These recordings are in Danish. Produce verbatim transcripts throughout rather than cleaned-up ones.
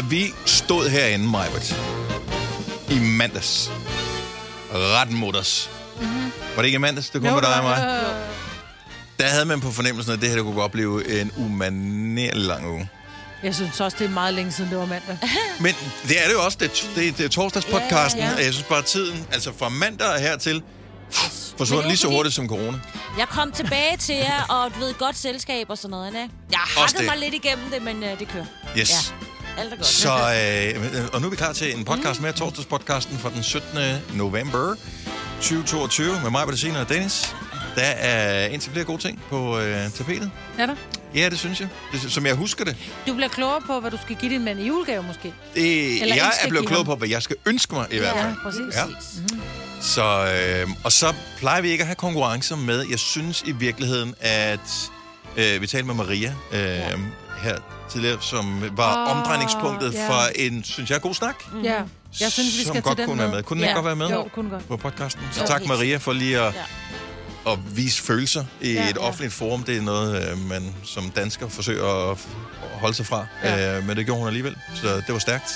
vi stod herinde, Majbert, i mandags, ret mutters. Mm-hmm. Var det ikke i mandags? Det kunne med dig og mig. Jo. Der havde man på fornemmelsen, at det her det kunne godt blive en umanerlig lang uge. Jeg synes også, det er meget længe siden, det var mandag. Men det er det jo også. Det er, det er, det er torsdagspodcasten. Ja, ja, ja. Jeg synes bare, tiden, altså fra mandag og hertil, forsvundet lige så hurtigt som corona. Jeg kom tilbage til jer, og du ved, godt selskab og sådan noget. Ne? Jeg har hakket mig lidt igennem det, men uh, det kører. Yes. Ja, alt er godt. Så, øh, og nu er vi klar til en podcast mere, torsdagspodcasten fra den syttende november tyve toogtyve med mig, Bettina og Dennis. Der er indtil flere gode ting på øh, tapetet. Er der? Ja, det synes jeg. Det, som jeg husker det. Du bliver klogere på, hvad du skal give din mand i julegave, måske? Det, jeg er blevet klogere på, hvad jeg skal ønske mig, i hvert fald. Ja, præcis. Ja. Mm-hmm. Så, øh, og så plejer vi ikke at have konkurrencer med. Jeg synes i virkeligheden, at øh, vi talte med Maria øh, ja. her tidligere, som var oh, omdrejningspunktet yeah. for en, synes jeg, god snak. Mm-hmm. Ja, jeg synes, vi skal godt til den kunne være med. Kunne den ja. ikke godt være med jo, kunne godt. på podcasten? Så jo, tak, helt. Maria, for lige at... Ja. at vise følelser i ja, et offentligt ja. forum, det er noget, man som dansker forsøger at holde sig fra. Ja. Øh, men det gjorde hun alligevel, så det var stærkt.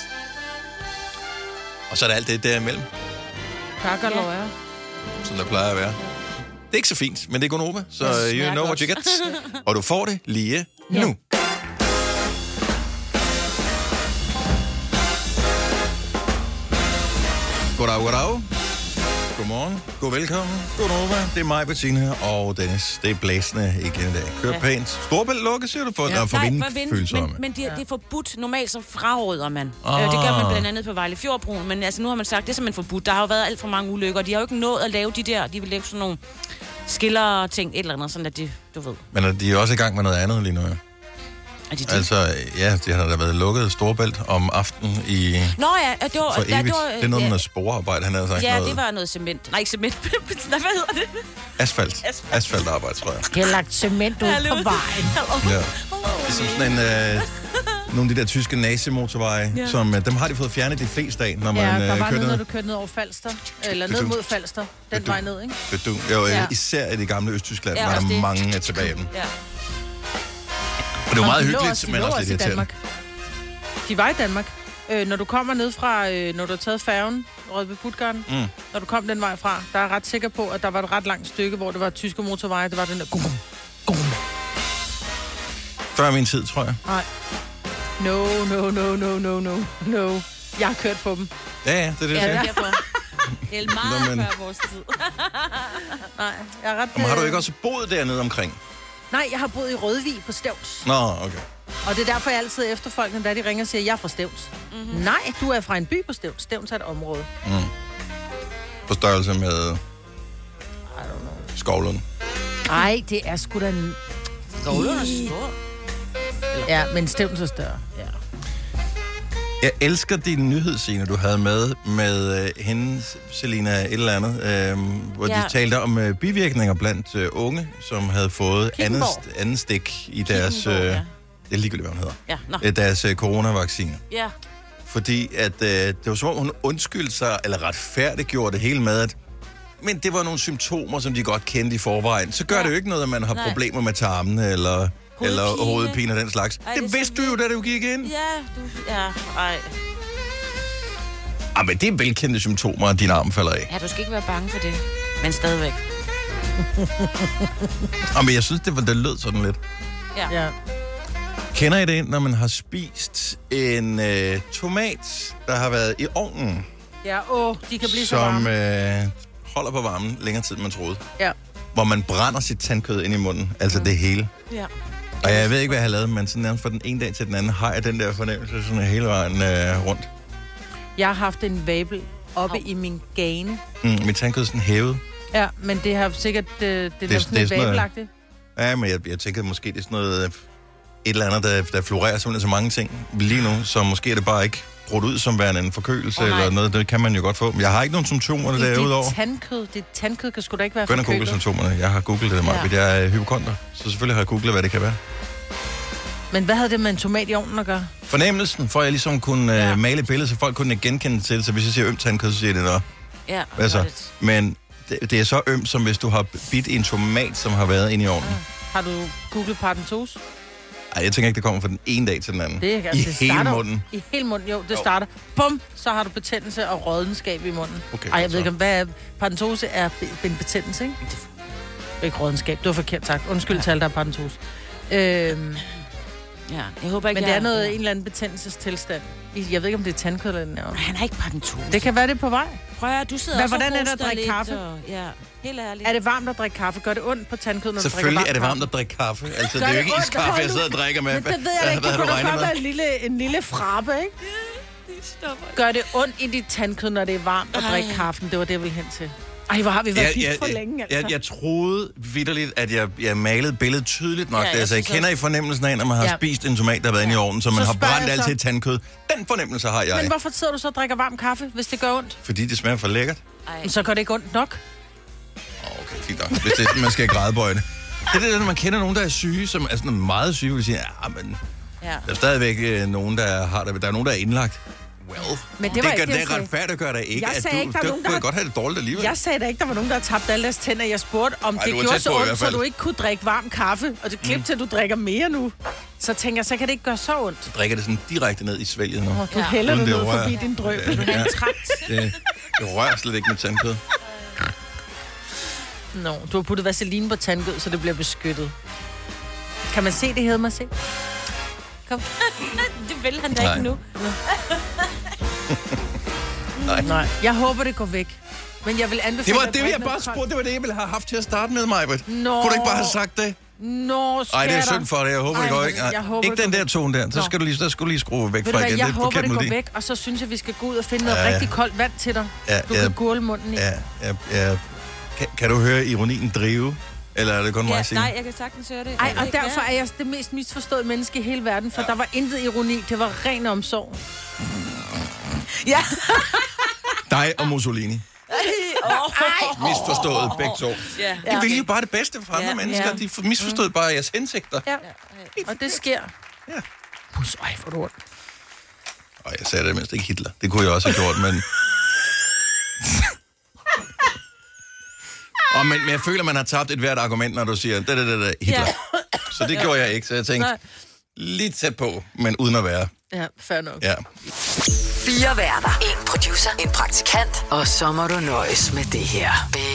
Og så er der alt det derimellem. Tak og lov, ja. Som der plejer at være. Det er ikke så fint, men det er Gonova, så you know what you get. Og du får det lige ja. nu. Goddag, goddag. Godmorgen, god velkommen, god Nova. Det er mig, Bettina og Dennis. Det er blæsende igen i dag. Kør ja. pænt. Storbælt lukket, siger du, for, ja. for vindfølsomme. Men, men det, det er forbudt. Normalt så fraråder man. Ah. Det gør man blandt andet på Vejle Fjordbroen. Men altså, nu har man sagt, det er simpelthen forbudt. Der har jo været alt for mange ulykker. De har jo ikke nået at lave de der. De vil lave sådan nogle skiller ting, et eller andet, sådan at de, du ved. Men de er også i gang med noget andet lige nu, ja. Er de altså, ja, det har da været lukket Storbælt om aftenen i... Nå ja, det var... For der, evigt. Det, var, det er noget ja. med noget sporarbejde, han havde sagt ja, noget... det var noget cement. Nej, ikke cement. Nej, hvad hedder det? Asfalt. Asfalt. Asfaltarbejde, tror jeg. De har lagt cement ud ja, på vejen. Ja. Det er som sådan en... Øh, nogle af de der tyske nazi-motorveje, ja. som dem har de fået fjernet de fleste af, når man ja, øh, der var kører noget, ned. når du kørte ned over Falster. Eller ned mod Falster. Den vej ned, ikke? Bedum. Jo, ja. især i det gamle Østtyskland, ja, var der det. mange tilbage af dem. Ja. Og det var meget hyggeligt, også, men også lidt irriterende. De var i Danmark. Øh, når du kommer ned fra, øh, når du har taget færgen, Rødby Puttgarden, mm. når du kom den vej fra, der er ret sikker på, at der var et ret langt stykke, hvor det var tyske motorveje. Det var den der... Gum, gum. Før min tid, tror jeg. Nej. No, no, no, no, no, no, no. Jeg har kørt på dem. Ja, ja, det er det, jeg ja, siger. Det er meget Nå, men... før vores tid. Nej, jeg er ret... Men har du ikke også boet dernede omkring? Nej, jeg har boet i Rødvig på Stevns. Nå, okay. Og det er derfor, jeg altid efter folk, når de ringer og siger, jeg er fra Stevns. Mm-hmm. Nej, du er fra en by på Stevns. Stevns er et område. Mm. På størrelse med... I don't know. Skovlund. Nej, det er sgu da... En... Skovlund er stor. Ja, men Stevns er større. Ja. Jeg elsker din nyhedsscene, du havde med, med uh, hende, Selina, et eller andet, uh, hvor ja. de talte om uh, bivirkninger blandt uh, unge, som havde fået andet, anden stik i deres, uh, ja. det er ligegyldigt, hvad hun hedder, ja, no. deres uh, coronavaccine. Ja. Fordi at uh, det var som om, hun undskyldte sig, eller retfærdiggjorde det hele med, at men det var nogle symptomer, som de godt kendte i forvejen. Så gør ja. det jo ikke noget, at man har Nej. problemer med tarmene, eller... Eller hovedpine og den slags. Ej, det, det vidste du jo, da du gik ind. Ja, du... Ja, ej. Ah, men det er velkendte symptomer, at din arm falder af. Ja, du skal ikke være bange for det. Men stadigvæk. Ah, men jeg synes, det, var, det lød sådan lidt. Ja. ja. Kender I det, når man har spist en øh, tomat, der har været i ovnen? Ja, åh, de kan blive så varme. Som øh, holder på varmen længere tid, end man troede. Ja. Hvor man brænder sit tandkød ind i munden. Altså mm. det hele. Ja. Og jeg ved ikke, hvad jeg har lavet, men sådan nærmest fra den ene dag til den anden, har jeg den der fornemmelse sådan hele vejen øh, rundt. Jeg har haft en vabel oppe oh. i min gane. Mm, mit tandkød er sådan hævet. Ja, men det har sikkert, det, det, det er sådan lidt vabelagtigt. Ja, men jeg, jeg tænker måske, det er sådan noget, et eller andet, der, der florerer simpelthen så mange ting lige nu, så måske er det bare ikke brudt ud som værende en forkølelse oh, eller noget. Det kan man jo godt få. Men jeg har ikke nogen symptomer derudover. Det tandkød, det tandkød kan sgu da ikke være forkølet. Gå ind og google symptomerne. Jeg har googlet det meget, ja. Jeg er hypokonter, så selvfølgelig har jeg googlet, hvad det kan være. Men hvad havde det med en tomat i ovnen at gøre? Fornemmelsen, for at jeg ligesom kunne ja. uh, male et billede, så folk kunne genkende det til. Så hvis jeg siger ømt tandkød, så siger det noget. Ja, altså, men det, det er så ømt, som hvis du har bidt en tomat, som har været inde i ovnen. Ja. Har du googlet paradentose? Ej, jeg tænker ikke, det kommer fra den ene dag til den anden. Det er, I det hele starter, munden. I hele munden, jo. Det jo. starter. Bum, så har du betændelse og rådenskab i munden. Okay, Ej, jeg ved så. ikke, om hvad er... Paradentose er en betændelse, ikke? Det er ikke rådenskab. Det var forkert sagt. Undskyld ja. til alle, der er paradentose. Øhm, Ja, jeg håber ikke, men det er jeg... noget, en eller anden betændelsestilstand. Jeg ved ikke, om det er tandkød eller noget. Han er ikke paradentose. Det kan være, det er på vej. Prøv at du sidder Hvad, også hvordan og er det at hoster drikke lidt, kaffe? Og, ja, helt ærligt. Er det varmt at drikke kaffe? Gør det ondt på tandkød, når du drikker varmt Selvfølgelig er det varmt at drikke kaffe. Altså, det er jo ikke iskaffe, jeg sidder og drikker med. Men det ved jeg da ikke. Det kunne da godt være en lille, en lille frappe, ikke? Gør det ondt i dit tandkød, når det er varmt at drikke kaffen? Det var det, jeg ville hen til. Ej, hvor har vi været jeg, gift jeg, for længe, altså. Jeg, jeg troede vitterligt, at jeg, jeg malede billedet tydeligt nok. Ja, Ja, jeg altså, jeg synes kender i fornemmelsen af, når man har Ja. spist en tomat, der har været inde i ovnen, så man Så har spørger brændt jeg alt så- til et tandkød. Den fornemmelse har jeg. Men hvorfor sidder du så og drikker varm kaffe, hvis det gør ondt? Fordi det smager for lækkert. Ej. Så gør det ikke ondt nok. Okay, fint nok. Hvis det, man skal grædebøje det. Det er det, når man kender nogen, der er syge, som er sådan meget syge, vil sige, ja, men Ja. der er stadigvæk øh, nogen, der har det. Der er nogen, der er indlagt. Well, Men det det, var det, ikke gør, det, jeg det sagde. retfærdigt gør det ikke, Jeg at sagde du, ikke, der er du nogen, der kunne har- godt have det dårligt alligevel. Jeg sagde da ikke, der var nogen, der har tabt alle deres tænder. Jeg spurgte, om Ej, det du var gjorde tæt så på i ondt, hvert så fald. du ikke kunne drikke varm kaffe. Og det klip Mm. til, at du drikker mere nu. Så tænker jeg, så kan det ikke gøre så ondt. Drikker det sådan direkte ned i svælget nu. Og du Ja. hælder det Uden det ned rører. forbi din drøb. Ja. Du har en trakt. Det, det rører slet ikke med tandkød. Nå, du har puttet vaseline på tandkød, så det bliver beskyttet. Kan man se det, Hedder mig se? Kom. Det vil han da Nej. ikke nu. Nej. Nej, jeg håber, det går væk. Men jeg vil anbefale... Det var at det, drikke jeg noget bare koldt. spurgte. Det var det, jeg ville have haft til at starte med, Majbert. Nå. Kunne du ikke bare have sagt det? Nå, Nej, det er skatter. synd for det. Jeg håber, Ej, det går ikke. jeg Nej, håber, ikke det den går der tone der. Så Nå. skal du lige, så skal du lige skrue væk Ved du fra hvad, igen. jeg Det er håber, forkert det går melodi. væk, og så synes jeg, vi skal gå ud og finde noget Ja, ja. rigtig koldt vand til dig. Ja, Du ja, kan gurle munden i. ja, ja, ja. Kan, kan du høre ironien drive? Eller er det kun Ja, mig, Signe? nej, jeg kan sagtens høre det. Ej, Jeg ved og ikke, derfor hvad. er jeg det mest misforståede menneske i hele verden, for ja. der var intet ironi. Det var ren omsorg. Ja. Dig og Mussolini. Oh. Misforstået begge to. Ja. De vil jo bare det bedste for andre Ja, mennesker. ja. De får misforstået bare jeres hensigter. Ja, og det sker. Ja. Pus, ej, for du. Og jeg sagde det mindst ikke Hitler. Det kunne jeg også have gjort, men... Og men, men jeg føler, man har tabt et hvert argument, når du siger, det, det, det, det, Hitler. Ja. Så det gjorde jeg ikke, så jeg tænkte, Nej. lige tæt på, men uden at være. Ja, fair nok. Ja. Fire værter. En producer. En praktikant. Og så må du nøjes med det her.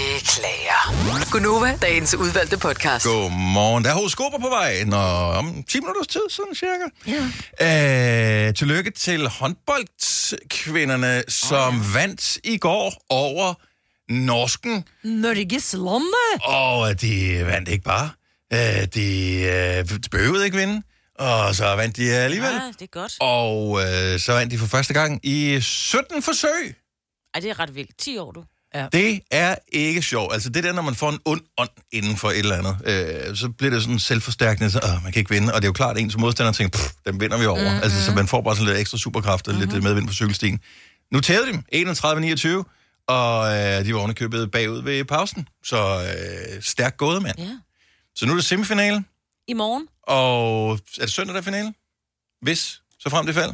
Beklager. Gunova, dagens udvalgte podcast. Godmorgen. Der er horoskoper på vej, når om ti minutters tid, sådan cirka. Ja. Øh, tillykke til håndboldkvinderne, som oh, ja. vandt i går over norsken. Norgeslande. Og de vandt ikke bare. Øh, de øh, behøvede ikke vinde. Og så vandt de alligevel. Ja, det er godt. Og øh, så vandt de for første gang i sytten forsøg. Ej, det er ret vildt. ti år, du. Ja. Det er ikke sjovt. Altså det der, når man får en ond ånd inden for et eller andet, øh, så bliver det sådan selvforstærkende, så øh, man kan ikke vinde. Og det er jo klart, at ens modstander tænker, pff, dem vinder vi over. Mm-hmm. Altså så man får bare sådan lidt ekstra superkraft og mm-hmm. lidt medvind på cykelstien. Nu tævede de enogtredive niogtyve, og øh, de var ovenikøbet bagud ved pausen. Så øh, stærkt gået, mand. Ja. Så nu er det semifinale, I morgen? og er det søndag, der er finale? Hvis, så frem det falder.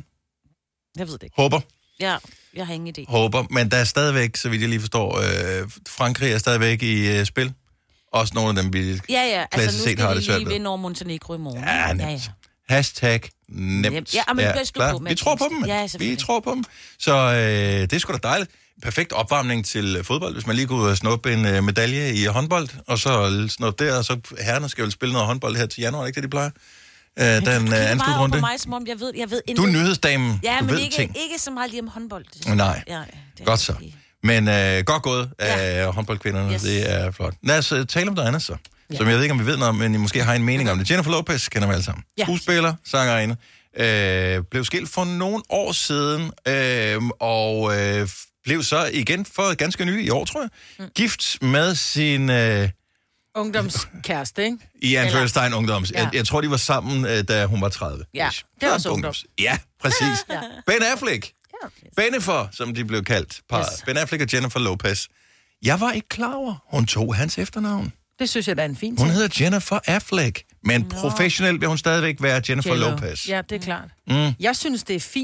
Jeg ved det ikke. Håber. Ja, jeg har ingen idé. Håber, men der er stadigvæk, så vidt jeg lige forstår, øh, Frankrig er stadigvæk i øh, spil. Også nogle af dem, vi Ja, ja. klassisk Altså, nu set har skal det de svært lige ved. vinde over Montenegro i morgen. Ja, nemt. ja, ja. Hashtag nemt. Nemt. Ja, men det bliver sgu klar. på med Vi tror på at dem, mand. ja, Vi selvfølgelig. tror på dem. Så øh, det er sgu da dejligt. Perfekt opvarmning til fodbold, hvis man lige kunne snuppe en øh, medalje i håndbold, og så snuppe der, og så herrerne skal jo spille noget håndbold her til januar, ikke det, de plejer? Øh, den øh, Du kigger anden meget over slutrunde. på mig, som om jeg ved, jeg ved Du er nyhedsdamen, Ja, du men ved ikke, ting. ikke så meget lige om håndbold. Nej. Ja, det Godt så. Men øh, godt gået af Ja. håndboldkvinderne, Yes. det er flot. Lad os uh, tale om noget andet så, ja. som jeg ved ikke, om vi ved noget om, men I måske har en mening om det. Jennifer Lopez kender vi alle sammen. Ja. Skuespiller, sangerinde, øh, blev skilt for nogle år siden, øh, og øh, blev så igen for ganske nylig i år, tror jeg, mm. gift med sin... Øh, Ungdomskæreste, ikke? i anførselstegn ungdoms. Ja. Jeg, jeg tror, de var sammen, øh, da hun var tredive. Ja, det er også ungdom. Ja, præcis. Ja. Ben Affleck. Ja. Bennifer, som de blev kaldt. Parret. Yes. Ben Affleck og Jennifer Lopez. Jeg var ikke klar over, hun tog hans efternavn. Det synes jeg, der er en fin Hun ting. hedder Jennifer Affleck, men Nå. professionelt vil hun stadigvæk være Jennifer J-Lo. Lopez. Ja, det er klart. Mm. Jeg synes, det er fint.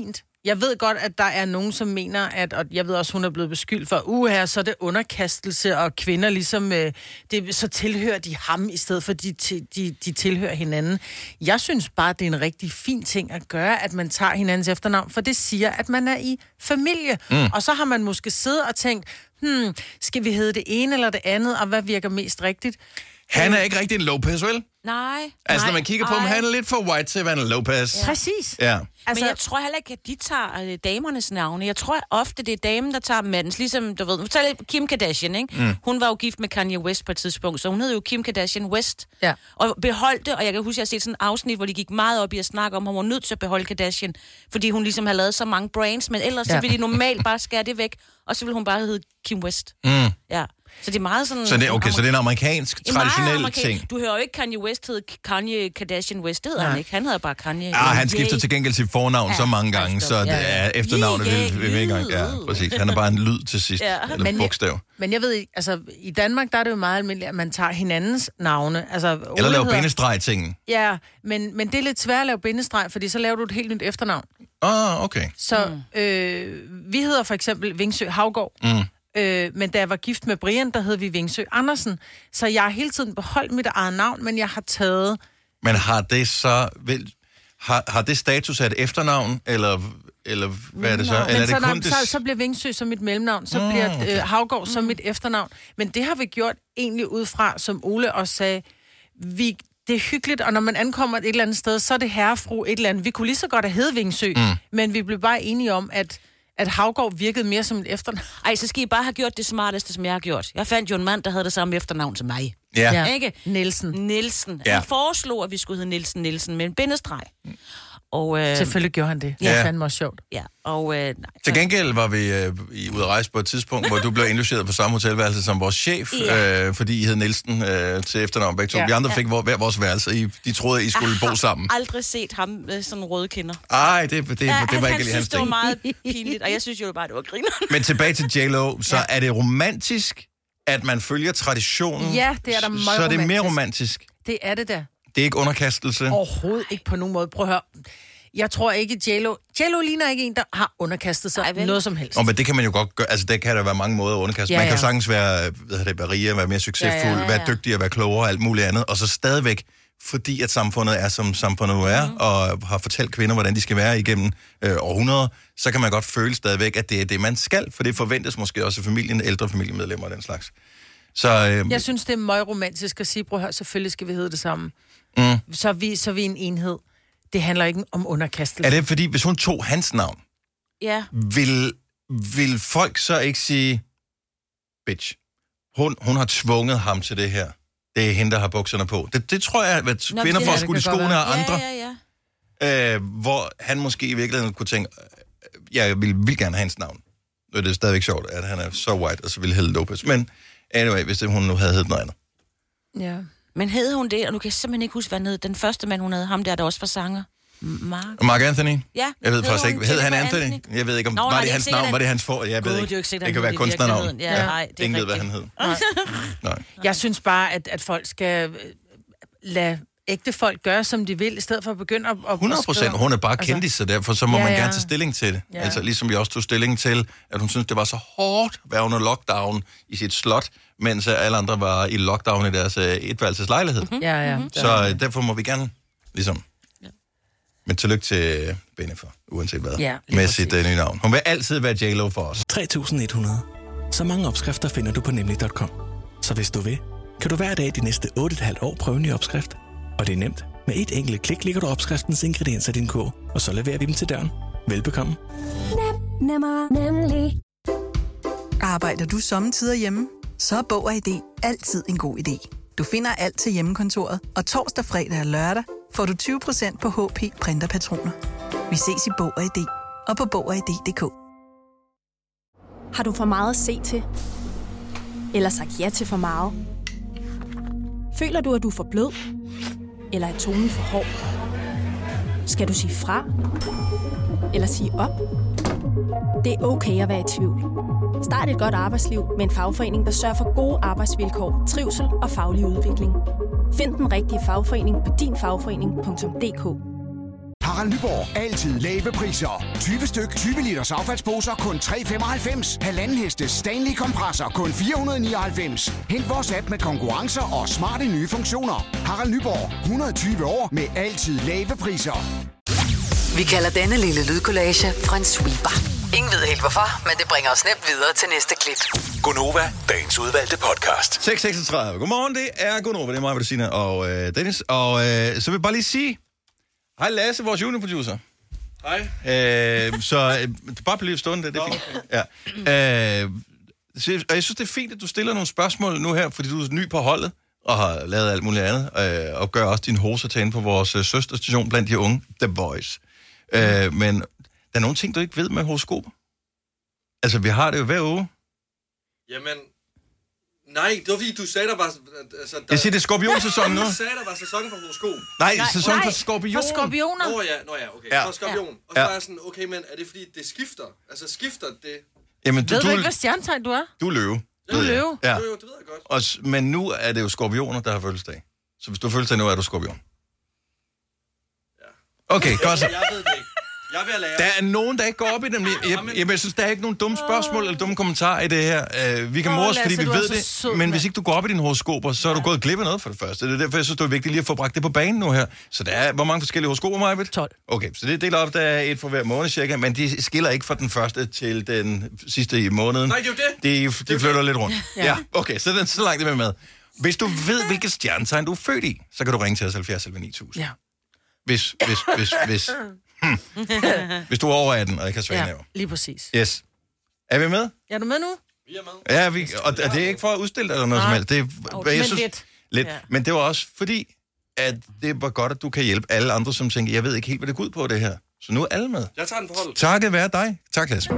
Jeg ved godt, at der er nogen, som mener, at, og jeg ved også, hun er blevet beskyldt for, uh her, så er det underkastelse, og kvinder ligesom, øh, det, så tilhører de ham, i stedet for, de, de, de tilhører hinanden. Jeg synes bare, det er en rigtig fin ting at gøre, at man tager hinandens efternavn, for det siger, at man er i familie. Mm. Og så har man måske siddet og tænkt, hmm, skal vi hedde det ene eller det andet, og hvad virker mest rigtigt? Han er ikke rigtig en Lopez, vel? Nej. Altså, nej, når man kigger på ej. ham, han er lidt for white til at være en Lopez. Ja. Præcis. Ja. Altså, men jeg tror heller ikke, at de tager øh, damernes navne. Jeg tror ofte, det er damen, der tager mandens. Ligesom, du ved, fortæl Kim Kardashian, ikke? Mm. Hun var jo gift med Kanye West på et tidspunkt, så hun hed jo Kim Kardashian West. Ja. Og beholdt det, og jeg kan huske, at jeg har set sådan et afsnit, hvor de gik meget op i at snakke om, at hun var nødt til at beholde Kardashian, fordi hun ligesom har lavet så mange brands, men ellers ja. så ville de normalt bare skære det væk, og så ville hun bare hedde Kim West. Mm. Ja. Så det er meget sådan... Så det, okay, så det er en amerikansk, traditionel amerikansk. ting. Du hører jo ikke Kanye West hedde Kanye Kardashian West, det hedder han ikke. Han hedder bare Kanye. Ja, han skifter til gengæld sit fornavn ja, så mange gange, så det er efternavnet vil vi ikke engang. Ja, præcis. Han er bare en lyd til sidst, ja. eller men bogstav. Jeg, men jeg ved ikke, altså i Danmark, der er det jo meget almindeligt, at man tager hinandens navne. Altså, eller laver bindestreg-tingen. Ja, men, men det er lidt svært at lave bindestreg, fordi så laver du et helt nyt efternavn. Ah, okay. Så øh, vi hedder for eksempel Vingsø Havgård. Mm. Øh, men da jeg var gift med Brian, der hed vi Vingsø Andersen. Så jeg har hele tiden beholdt mit eget navn, men jeg har taget... Men har det så... Vel, har, har det status af et efternavn, eller, eller hvad er det så? Nå, eller er det så, kun der, det... så, så bliver Vingsø som mit mellemnavn, så mm, bliver okay. øh, Havgård som mit efternavn. Men det har vi gjort egentlig ud fra, som Ole også sagde, vi... Det er hyggeligt, og når man ankommer et eller andet sted, så er det herrefru et eller andet. Vi kunne lige så godt have heddet Vingsø, mm. men vi blev bare enige om, at, at Havgård virkede mere som et efternavn. Ej, så skal I bare have gjort det smarteste, som jeg har gjort. Jeg fandt jo en mand, der havde det samme efternavn som mig. Ja. ja. Ikke? Nielsen. Nielsen. Ja. Han foreslog, at vi skulle hedde Nielsen Nielsen med en bindestreg. Mm. Og, øh, selvfølgelig gjorde han det. Ja. Det fandme også sjovt. Ja, og... Øh, nej, Til gengæld var vi øh, i ude at rejse på et tidspunkt, hvor du blev indlogeret på samme hotelværelse som vores chef, ja. øh, fordi I hed Nielsen øh, til efternavn begge to. Ja. Vi andre fik ja. hver vores værelse, I, de troede, I skulle bo sammen. Jeg har aldrig set ham med sådan røde kinder. Ej, det, det, det, ja, det var han, ikke lige hans ting. Han synes, det var meget pinligt, og jeg synes jo bare, det var griner. Men tilbage til J Lo, så ja. er det romantisk, at man følger traditionen? Ja, det er der meget Så er det romantisk. mere romantisk? Det er det da. Det er ikke underkastelse? Overhovedet ikke på nogen måde. Prøv at høre. Jeg tror ikke, J-Lo... J-Lo ligner ikke en, der har underkastet sig Ej, noget som helst. Oh, men det kan man jo godt gøre. Altså, der kan der være mange måder at underkaste. Ja, man kan ja. sagtens være, hvad det, være rigere, være mere succesfuld, ja, ja, ja, ja. være dygtigere, være klogere og alt muligt andet. Og så stadigvæk, fordi at samfundet er, som samfundet nu er, mm. og har fortalt kvinder, hvordan de skal være igennem øh, århundreder, så kan man godt føle stadigvæk, at det er det, man skal. For det forventes måske også af familien, ældre familiemedlemmer og den slags. Så, øh, jeg synes, det er meget romantisk at sige, prøv at høre, selvfølgelig skal vi hedde det samme. Mm. Så, vi, så er vi en enhed. Det handler ikke om underkastelse. Er det fordi, hvis hun tog hans navn, ja. vil, vil folk så ikke sige, bitch, hun, hun har tvunget ham til det her. Det er hende, der har bukserne på. Det, det tror jeg, at Nå, kvinder får skudt i skoene af andre. Ja, ja, ja. Øh, hvor han måske i virkeligheden kunne tænke, jeg vil, vil gerne have hans navn. Det er stadigvæk sjovt, at han er så white, og så vil hedde Lopez. Men anyway, hvis det, hun nu havde heddet noget andet. Ja. Men hed hun det, og nu kan jeg simpelthen ikke huske, hvad han hed. Den første mand, hun havde, ham der, der også var sanger. Mark. Mark Anthony? Ja. Jeg ved faktisk ikke. Hed han Anthony? Anthony? Jeg ved ikke, om Nå, var nej, det hans navn, var det hans for? Jeg ved God, ikke. Det, ikke det kan være kunstnernavn. Ja, ja. Nej, det ingen ved, hvad han hed. Nej. Nej. Jeg synes bare, at, at folk skal lade ægte folk gøre, som de vil, i stedet for at begynde at... at hundrede procent. Hun er bare kendis, altså, så derfor så må ja, man gerne ja. tage stilling til det. Ja. Altså ligesom vi også tog stilling til, at hun synes det var så hårdt at være under lockdown i sit slot, mens alle andre var i lockdown i deres uh, etværelseslejlighed. Mm-hmm. Ja, ja. Så uh, derfor må vi gerne, ligesom... Ja. Men tillykke til Bennifer, uanset hvad, ja, med sit uh, nye navn. Hun vil altid være J Lo for os. tre tusind et hundrede. Så mange opskrifter finder du på nemlig punktum com. Så hvis du vil, kan du hver dag de næste otte komma fem år prøve en ny opskrift. Og det er nemt. Med et enkelt klik ligger du opskriftens ingredienser i din kog, og så leverer vi dem til døren. Velbekomme. Nem, nemmer, nemlig. Arbejder du sommetider hjemme? Så er Bog og I D altid en god idé. Du finder alt til hjemmekontoret, og torsdag, fredag og lørdag får du tyve procent på H P printerpatroner. Vi ses i Bog og I D og på bog og i d punktum d k. Har du for meget at se til? Eller sagt ja til for meget? Føler du, at du er for blød? Eller er tonen for hård? Skal du sige fra? Eller sige op? Det er okay at være i tvivl. Start et godt arbejdsliv med en fagforening, der sørger for gode arbejdsvilkår, trivsel og faglig udvikling. Find den rigtige fagforening på din fagforening punktum d k. Harald Nyborg. Altid lave priser. tyve styk, tyve liters affaldsposer kun tre komma femoghalvfems. Halvanden hestes Stanley kompresser kun fire hundrede og nioghalvfems. Hent vores app med konkurrencer og smarte nye funktioner. Harald Nyborg. hundrede og tyve år med altid lave priser. Vi kalder denne lille lydkollage en sweeper. Ingen ved helt hvorfor, men det bringer os nemt videre til næste klip. Gonova, dagens udvalgte podcast. seks seksogtredive. Godmorgen, det er Gonova. Det er mig, Bettina og øh, Dennis. Og øh, så vil jeg bare lige sige, hej Lasse, vores juniorproducer. Hej. Øh, så øh, bare blive stående, det, det er fint. Ja. Øh, så, og jeg synes, det er fint, at du stiller nogle spørgsmål nu her, fordi du er ny på holdet og har lavet alt muligt andet, øh, og gør også din hoser til inde på vores øh, søsterstation blandt de unge, The Boys. Mm. Øh, men der er nogle ting, du ikke ved med horoskoper. Altså, vi har det jo hver uge. Jamen, nej, det var fordi, du sagde, der var... Altså, der... Jeg siger, det er skorpionsæson nu. Du sagde, der var sæson for horoskop. Nej, nej sæson nej, for skorpion. For skorpioner. Nå ja, nå ja, okay. Ja. For skorpion. Og så ja. var jeg sådan, okay, men er det fordi, det skifter? Altså, skifter det... Jamen, du, ved du, du ikke, hvad stjernetegn du er? Du er løve. Du er løve? Ja. Jo, jo, det ved jeg godt. Og, men nu er det jo skorpioner, der har fødselsdag. Så hvis du har fødselsdag nu, er du skorpion. Ja. Okay, godt så. Jeg ved det ikke. Jeg vil lære. Der er nogen, der ikke går op i dem. Jeg, jeg, jeg synes, der er ikke nogen dumme spørgsmål eller dumme kommentarer i det her. Uh, vi kan oh, mors, fordi vi ved det. Sød, men hvis ikke du går op i dine horoskoper, så er du gået glip af noget for det første. Det er derfor, jeg synes, det er vigtigt lige at få bragt det på banen nu her. Så der er, hvor mange forskellige horoskoper, Maja? tolv. Okay, så det deler op, der er et for hver måned cirka, men de skiller ikke fra den første til den sidste i måneden. Nej, det er jo det. De, de flytter lidt rundt. Ja. Ja, okay, så, den, så langt er vi med. Hvis du ved, hvilket stjernetegn du er født i, så kan du ringe til os halvfjerds elleve ni tusind. Ja. Hvis, hvis, hvis, hvis... Hmm. Hvis du er over atten, og ikke har svagenæver. Ja, lige præcis. Yes. Er vi med? Er du med nu? Vi er med. Ja, vi, og det er ikke for at udstille eller noget som helst. Det er, oh, jeg men synes, lidt. lidt. Ja. Men det var også fordi, at det var godt, at du kan hjælpe alle andre, som tænker, jeg ved ikke helt, hvad det går ud på, det her. Så nu er alle med. Jeg tager den på holdet. Takket være dig. Tak, Lasse.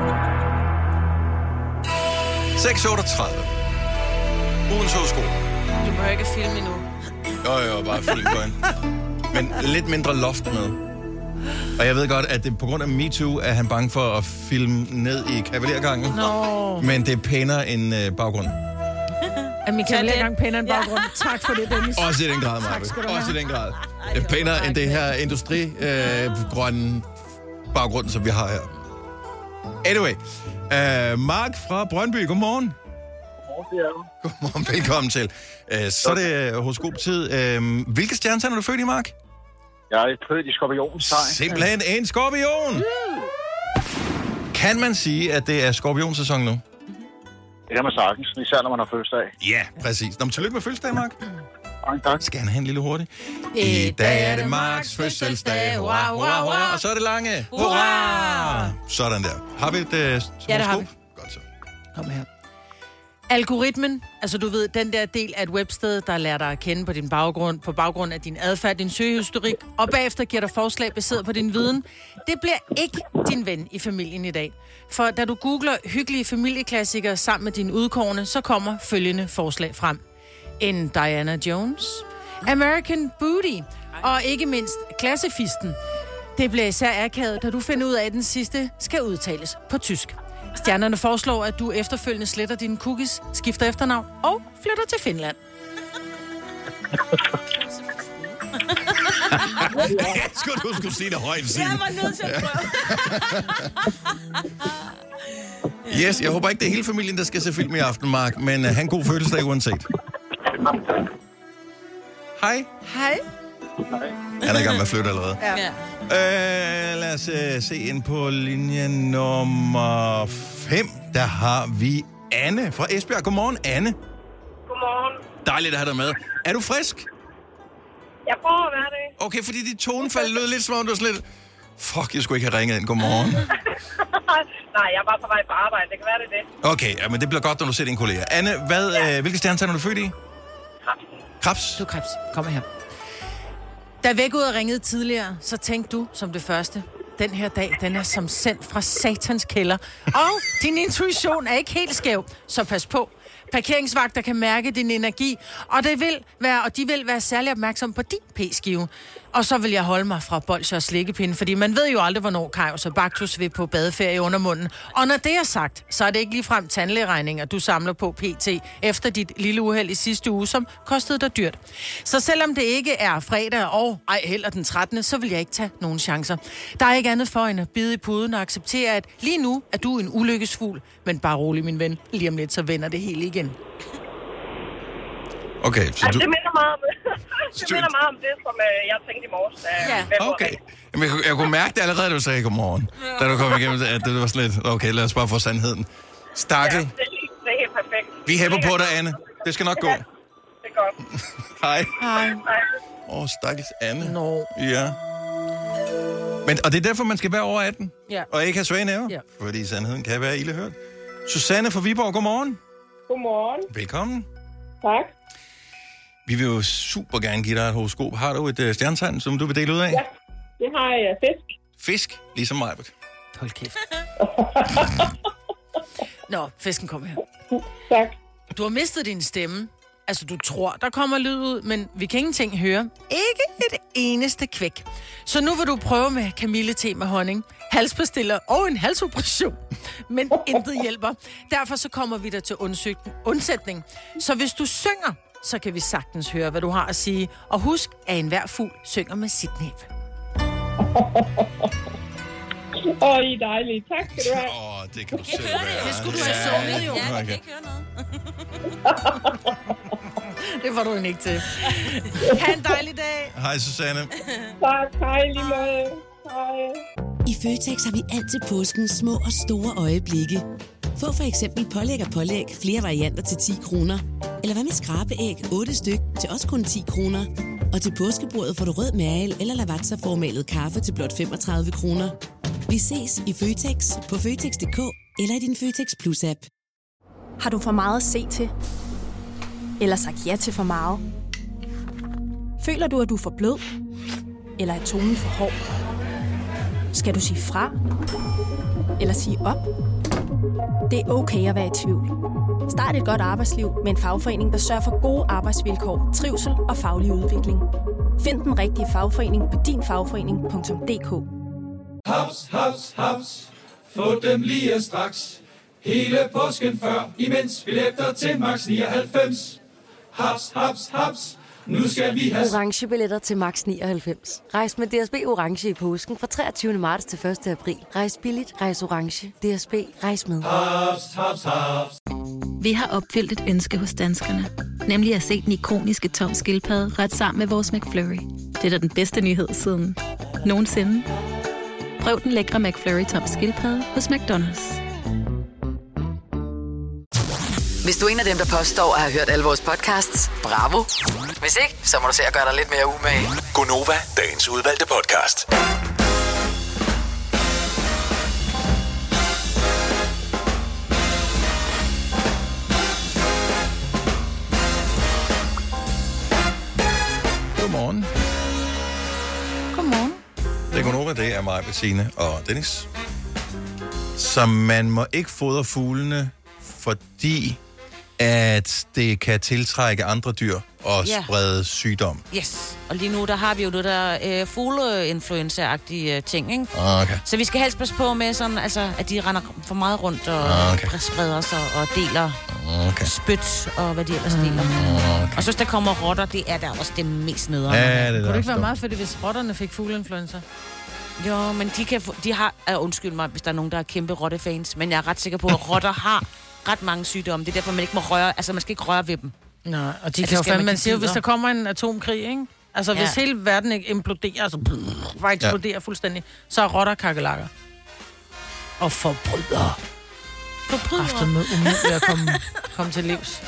seks otteogtredive. Ugens horoskop. Du behøver ikke at filme endnu. Jo, jo, bare film på en. Men lidt mindre loft med. Og jeg ved godt, at det på grund af MeToo er han bange for at filme ned i kavalergangen. No. Men det er pænere end øh, baggrund. Er min kavalergang pænere end baggrund? Ja. Tak for det, Dennis. Også i den grad, Marve. Også i den grad. Det er pænere end det her industrigrønne øh, baggrund, som vi har her. Anyway. Øh, Mark fra Brøndby, godmorgen. Godmorgen, velkommen til. Øh, så er det horoskoptid. Øh, hvilke stjernetegn er du født i, Mark? Jeg er født i skorpionens tegn. Simpelthen en skorpion! Mm. Kan man sige, at det er skorpionsæson nu? Det kan man sagtens, især når man har fødselsdag. Ja, præcis. Nå, men tillykke med fødselsdag, Mark. Mange tak. Skal han have en lille hurtig? I dag er det Marks fødselsdag. Hurra, hurra, hurra. Og så er det lange. Hurra! Sådan der. Har vi et uh, ja, det har vi. Godt så. Kom her. Algoritmen, altså du ved, den der del af et websted, der lærer dig at kende på din baggrund, på baggrund af din adfærd, din søgehistorik, og bagefter giver dig forslag baseret på din viden, det bliver ikke din ven i familien i dag. For da du googler hyggelige familieklassikere sammen med dine udkårne, så kommer følgende forslag frem. En Diana Jones, American Booty, og ikke mindst Klassefisten. Det bliver især akavet, da du finder ud af, at den sidste skal udtales på tysk. Stjernerne foreslår, at du efterfølgende sletter dine cookies, skifter efternavn og flytter til Finland. Jeg skulle du skulle sige det højt, Signe. Jeg var nødt til at prøve. Yes, jeg håber ikke, det er hele familien, der skal se film i aften, Mark, men uh, han god fødselsdag uanset. Hej. Hej. Han er i gang med at flytte allerede. Ja. Øh, lad os uh, se ind på linje nummer fem. Der har vi Anne fra Esbjerg. Godmorgen, Anne. Godmorgen. Dejligt at have dig med. Er du frisk? Jeg prøver at være det. Okay, fordi dit tonefald lød lidt som om, du var sådan lidt... Fuck, jeg skulle ikke have ringet ind. Godmorgen. Nej, jeg er bare på vej på arbejde. Det kan være, det er det. Okay, ja, men det bliver godt, når du ser din kollega. Anne, hvad, ja. øh, hvilke stjernetegn er du født i? Krebs. Krebs? Du er krebs. Kom her. Da væk ud og ringede tidligere, så tænkte du som det første, den her dag, den er som sendt fra satans kælder. Og din intuition er ikke helt skæv, så pas på. Parkeringsvagter kan mærke din energi, og, det vil være, og de vil være særlig opmærksom på din p-skive. Og så vil jeg holde mig fra bolsjer og slikkepinde, fordi man ved jo aldrig, hvornår Kajus og Baktus vil på badeferie under munden. Og når det er sagt, så er det ikke ligefrem tandlægeregninger, du samler på P T efter dit lille uheld i sidste uge, som kostede dig dyrt. Så selvom det ikke er fredag og ej heller den trettende, så vil jeg ikke tage nogen chancer. Der er ikke andet for end at bide i puden og acceptere, at lige nu er du en ulykkesfugl, men bare rolig, min ven. Lige om lidt, så vender det hele igen. Okay, så altså, du... det minder meget om, det minder meget om det, som øh, jeg tænkte i morges. Da ja. Okay. Jamen, jeg, jeg kunne mærke det allerede, da du sagde godmorgen. Ja. Da du kom igennem, at det var sådan lidt, okay, lad os bare få sandheden. Stakkel. Ja, det er, det er helt perfekt. Vi hæpper på dig, Anne. Det skal nok gå. Ja, det er godt. Hej. Hej. Hej. Åh, oh, stakkels Anne. No. Ja. Men, og det er derfor, man skal være over atten. Ja. Og ikke have svage næver. Ja. Fordi sandheden kan være ildehørt. Susanne fra Viborg, godmorgen. Godmorgen. Velkommen. Tak. Vi vil jo super gerne give dig et horoskop. Har du et uh, stjernetegn, som du vil dele ud af? Ja, det har jeg. Fisk. Fisk, ligesom mig. Hold kæft. Nå, fisken kommer her. Tak. Du har mistet din stemme. Altså, du tror, der kommer lyd ud, men vi kan ingenting høre. Ikke et eneste kvæk. Så nu vil du prøve med kamillete med honning, halspastiller og en halsoperation. Men intet hjælper. Derfor så kommer vi der til undsætning. Så hvis du synger, så kan vi sagtens høre, hvad du har at sige. Og husk, at enhver fugl synger med sit næb. Åh, oh, I er dejlige. Tak skal du have. Åh, oh, det kan du selv være. Det skulle du have sunget, jo. Ja, jeg kan ikke høre noget. Det får du ikke til. Ha' en dejlig dag. Hej, Susanne. Tak, hej lige måde. Hej. I Føtex har vi altid påskens små og store øjeblikke. Få for eksempel pålæg og pålæg flere varianter til ti kroner. Eller hvad med skrabeæg otte styk til også kun ti kroner. Og til påskebordet får du rød mal eller lavatserformalet kaffe til blot femogtredive kroner. Vi ses i Føtex på Føtex punktum d k eller i din Føtex Plus-app. Har du for meget at se til? Eller sagt ja til for meget? Føler du, at du er for blød? Eller er tonen for hård? Skal du sige fra? Eller sige op? Det er okay at være i tvivl. Start et godt arbejdsliv med en fagforening, der sørger for gode arbejdsvilkår, trivsel og faglig udvikling. Find den rigtige fagforening på din fagforening punktum d k. Haps, haps, haps. Få dem lige straks. Hele påsken før, imens billetter til max nioghalvfems. Haps, haps, haps. Nu skal vi have orange billetter til max nioghalvfems. Rejs med D S B orange i påsken fra treogtyvende marts til første april. Rejs billigt, rejs orange. D S B, rejs med. haps, haps, haps. Vi har opfyldt et ønske hos danskerne. Nemlig at se den ikoniske Tom Skildpadde ret sammen med vores McFlurry. Det er da den bedste nyhed siden nogensinde. Prøv den lækre McFlurry Tom Skildpadde hos McDonald's. Hvis du er en af dem, der påstår at have hørt alle vores podcasts, bravo. Hvis ikke, så må du se at gøre dig lidt mere umage. Gonova, dagens udvalgte podcast. Godmorgen. Godmorgen. Det er Gonova, det er mig, Bettine og Dennis. Så man må ikke fodre fuglene, fordi at det kan tiltrække andre dyr og Ja. sprede sygdom. Yes. Og lige nu, der har vi jo det der øh, fugleinfluenza-agtige øh, ting, ikke? Okay. Så vi skal helst passe på med sådan, altså, at de render for meget rundt og Okay. okay. spreder sig og deler Okay. spyt og hvad de ellers deler. Okay. Og så hvis der kommer rotter, det er der også det mest nederen. Ja, det er Kunne det ikke være der. meget fedt, hvis rotterne fik fugleinfluenza? Jo, men de, kan få, de har... Uh, undskyld mig, hvis der er nogen, der er kæmpe rottefans, men jeg er ret sikker på, at rotter har ret mange sygdomme. Det er derfor, man ikke må røre... Altså, man skal ikke røre ved dem. Nej, og de Altså, kan jo skal fandme... man Man give siger jo, hvis bidder. der kommer en atomkrig, ikke? Altså, Ja. hvis hele verden ikke imploderer, altså bare eksploderer ja. fuldstændig, så er rotter kakelakker. Og forbrydere. Forbrydere? med umuligt at komme, komme til livs.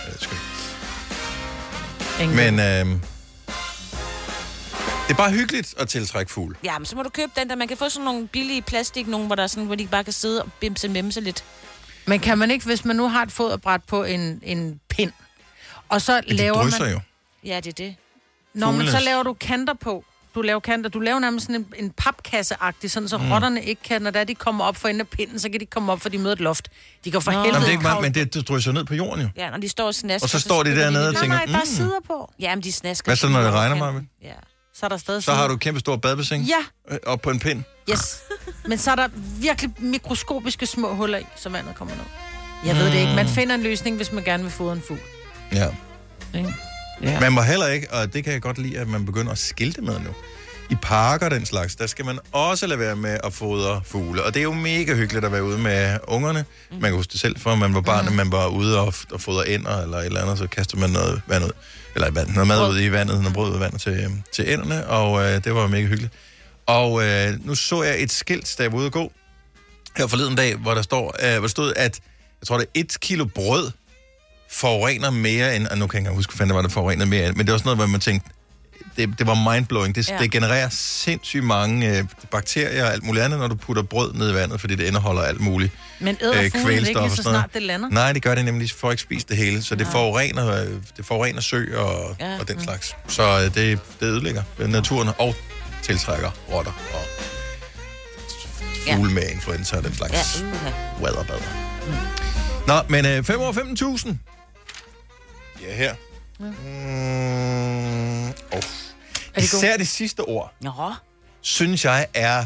Ingen. Men øh, det er bare hyggeligt at tiltrække fugl. Ja, men så må du købe den der. Man kan få sådan nogle billige plastik, nogle, hvor, der er sådan, hvor de bare kan sidde og bimse memse lidt. Men kan man ikke, hvis man nu har et foderbræt på en, en pind, og så Men de laver drysser man... jo. Ja, det er det. Nå, men så Fuglenes- laver du kanter på, du laver kanter. Du laver nærmest sådan en, en papkasse-agtig, sådan så mm. rotterne ikke kan, når der de kommer op for enden af pinden, så kan de komme op, for de møder et loft. De går for Nå. helvede. Jamen, det er ikke meget, men det, det drysser ned på jorden jo. Ja, når de står og snasker. Og så står de dernede og tænker... Nej, nej, der er sider på. Jamen, de snasker. Hvad så, når det regner, Marvin? Ja. Så er der stadig Så har du et kæmpe stort badebassin? Ja. Op på en pind? Yes. Men så er der virkelig mikroskopiske små huller i, så vandet kommer ned. Jeg ved det ikke. Man finder en løsning, hvis man gerne vil fodre en fugl. Ja. Ja. Man må heller ikke, og det kan jeg godt lide, at man begynder at skilte med nu. I parker den slags, der skal man også lade være med at fodre fugle. Og det er jo mega hyggeligt at være ude med ungerne. Mm. Man kan huske det selv, for man var barn, mm. man var ude og, og fodre ænder eller et eller andet, så kaster man noget vand ud. Eller vand, noget mad ud i vandet, noget brød ud i vandet til, til ænderne, og øh, det var mega hyggeligt. Og øh, nu så jeg et skilt, da jeg var ude at gå her forleden dag, hvor der, står, øh, hvor der stod, at jeg tror, det er et kilo brød forurener mere end... Og nu kan jeg ikke engang huske, hvad det var, der forurener mere end, men det er også noget, hvor man tænkte, det, det var mindblowing. Det, ja. det genererer sindssygt mange øh, bakterier og alt muligt andet, når du putter brød ned i vandet, fordi det indeholder alt muligt. Men æder øh, fuglen ikke lige så snart det lander? Nej, det gør det nemlig. De får ikke spist det hele, så det, ja. forurener, øh, det forurener sø og, ja. og den slags. Så øh, det, det ødelægger naturen og tiltrækker rotter og fugle ja. med influenza og den slags. Ja. Uh-huh. Weatherbader. Mm. Nå, men øh, fem år femten tusind. Ja, her. Ja. Mm, oh. Det især god? Det sidste ord, Nå. synes jeg er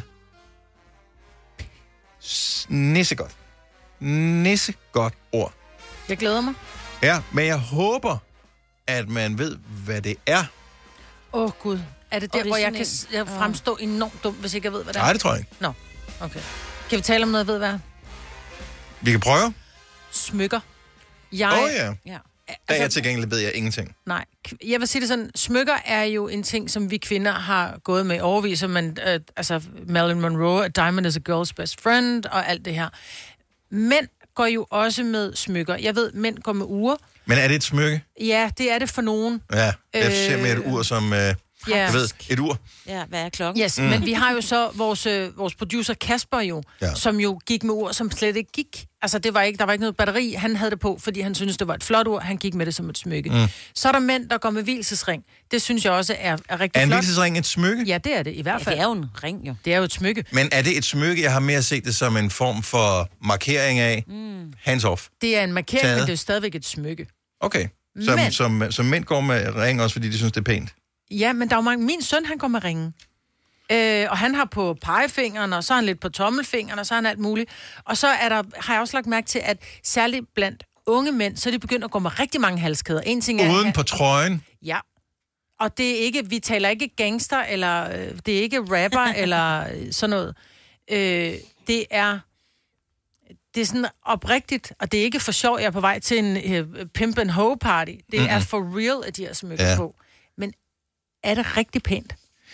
nissegodt. Nissegodt ord. Jeg glæder mig. Ja, men jeg håber, at man ved, hvad det er. Åh, oh, Gud. Er det der, oh, det hvor jeg kan en... fremstå enormt dum, hvis ikke jeg ved, hvad det er? Nej, det tror jeg ikke. Nå, okay. Kan vi tale om noget, jeg ved, hvad er? Vi kan prøve. Smykker. Jeg... Åh, oh, ja. ja. Der er jeg til gengæld, ved jeg ingenting. Nej, jeg vil sige det sådan, smykker er jo en ting, som vi kvinder har gået med overviser, men øh, altså Marilyn Monroe, A Diamond is a Girl's Best Friend, og alt det her. Mænd går jo også med smykker. Jeg ved, mænd går med ure. Men er det et smykke? Ja, det er det for nogen. Ja, jeg ser med et ur som... Øh... Ja. Jeg ved, et ur. Ja, hvad er klokken? Yes, mm. men vi har jo så vores, øh, vores producer Kasper jo, ja. som jo gik med ur, som slet ikke gik. Altså, det var ikke, der var ikke noget batteri. Han havde det på, fordi han syntes, det var et flot ur. Han gik med det som et smykke. Mm. Så er der mænd, der går med hvilesesring. Det synes jeg også er, er rigtig flot. Er en flot. hvilesesring et smykke? Ja, det er det i hvert fald. Ja, det er jo en ring, jo. Det er jo et smykke. Men er det et smykke? Jeg har mere set det som en form for markering af mm. hands off. Det er en markering, Taget. men det er jo stadigvæk et smykke. Okay. Som, men... som, som mænd går med ring også, fordi de synes, det er pænt. Ja, men der er jo mange... Min søn, han går med ringen. Øh, og han har på pegefingeren, og så er han lidt på tommelfingeren, og så er han alt muligt. Og så er der, har jeg også lagt mærke til, at særligt blandt unge mænd, så er de begyndt at gå med rigtig mange halskæder. En ting er... Uden på trøjen? Ja. Og det er ikke... Vi taler ikke gangster, eller... Øh, det er ikke rapper, eller sådan noget. Øh, det er... Det er sådan oprigtigt, og det er ikke for sjov, jeg er på vej til en uh, pimp and hoe party. Det mm-hmm. er for real, at de har smykker ja. på. Men er det rigtig pænt?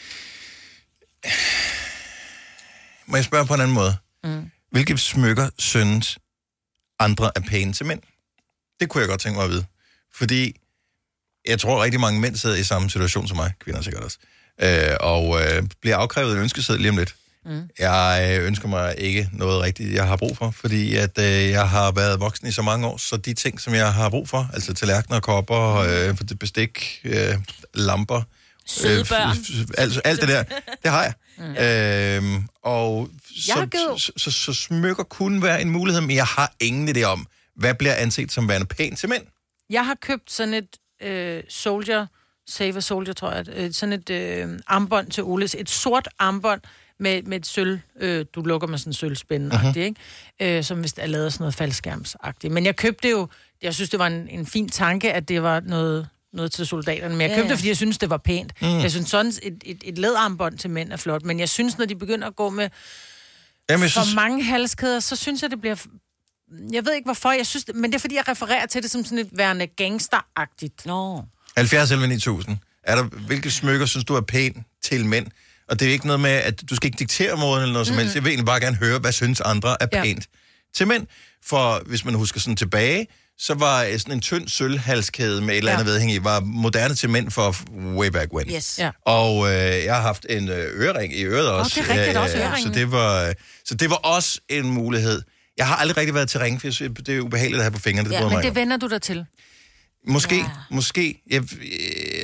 Må jeg spørge på en anden måde? Mm. Hvilke smykker synes andre er pæne til mænd? Det kunne jeg godt tænke mig at vide. Fordi jeg tror, rigtig mange mænd sidder i samme situation som mig, kvinder sikkert også, øh, og øh, bliver afkrævet en ønskeseddel lige om lidt. Mm. Jeg ønsker mig ikke noget rigtigt, jeg har brug for, fordi at øh, jeg har været voksen i så mange år, så de ting, som jeg har brug for, altså tallerkener, kopper, øh, bestik, øh, lamper, søde børn, øh, altså alt det der, det har jeg. Mm. Øh, og så, så, så, så smykker kunne være en mulighed, men jeg har ingen idé om, hvad bliver anset som værende pænt til mænd. Jeg har købt sådan et øh, soldier, Save a Soldier, tror jeg, øh, sådan et øh, armbånd til Oles, et sort armbånd, Med, med et sølv, øh, du lukker med sådan en sølvspænde-agtigt, uh-huh. ikke? Øh, som vist er lavet sådan noget faldskærmsagtigt. Men jeg købte det jo, jeg synes, det var en, en fin tanke, at det var noget, noget til soldaterne. Men jeg købte ja, ja. det, fordi jeg synes, det var pænt. Mm. Jeg synes sådan, et, et, et læderarmbånd til mænd er flot. Men jeg synes, når de begynder at gå med Jamen, for synes... mange halskæder, så synes jeg, det bliver... Jeg ved ikke, hvorfor. Jeg synes, men det er, fordi jeg refererer til det som sådan et værende gangster-agtigt. Nå. halvfjerds elleve ni tusind. Er der, hvilke smykker synes du er pæn til mænd? Og det er ikke noget med, at du skal ikke diktere måden eller noget som helst. Jeg vil egentlig bare gerne høre, hvad synes andre er pænt ja. til mænd. For hvis man husker sådan tilbage, så var sådan en tynd sølvhalskæde med et eller andet ja. vedhæng i, var moderne til mænd for way back when. Yes. Ja. Og øh, jeg har haft en øh, ørering i øret også. Oh, det er rigtigt, øh, også øreringen. Så det, var, så det var også en mulighed. Jeg har aldrig rigtig været til ringe, for jeg synes, det er ubehageligt at have på fingrene. Det ja, men det vender du dig til. Måske, ja. måske. Jeg, øh,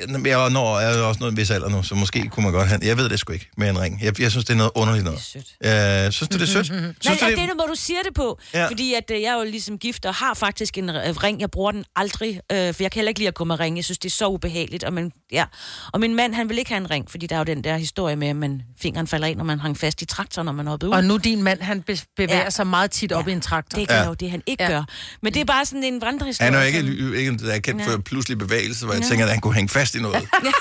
jeg når jeg er også noget en vis alder nu, så måske kunne man godt have... Jeg ved det sgu ikke med en ring. Jeg, jeg synes, det er noget underligt noget. Det er sødt. Uh, synes du, det er sødt? Synes Nej, du, det... det er noget, du siger det på. Ja. Fordi at, øh, jeg er jo ligesom gift og har faktisk en ring. Jeg bruger den aldrig, øh, for jeg kan heller ikke lide at gå med ring. Jeg synes, det er så ubehageligt. Og, man, ja. og min mand, han vil ikke have en ring, fordi der er jo den der historie med, at man, fingeren falder ind, når man hang fast i traktoren, når man er oppe ud. Og nu din mand, han bevæger ja. sig meget tit op ja. i en traktor. Det er jo det, han ikke ja. gør. Men det er bare sådan en vandrehistorie. Han er jo ikke, ikke, ikke der er kendt ja. for pludselig bevægelse, hvor jeg ja. tænker, at han kunne hænge fast i noget. Ja.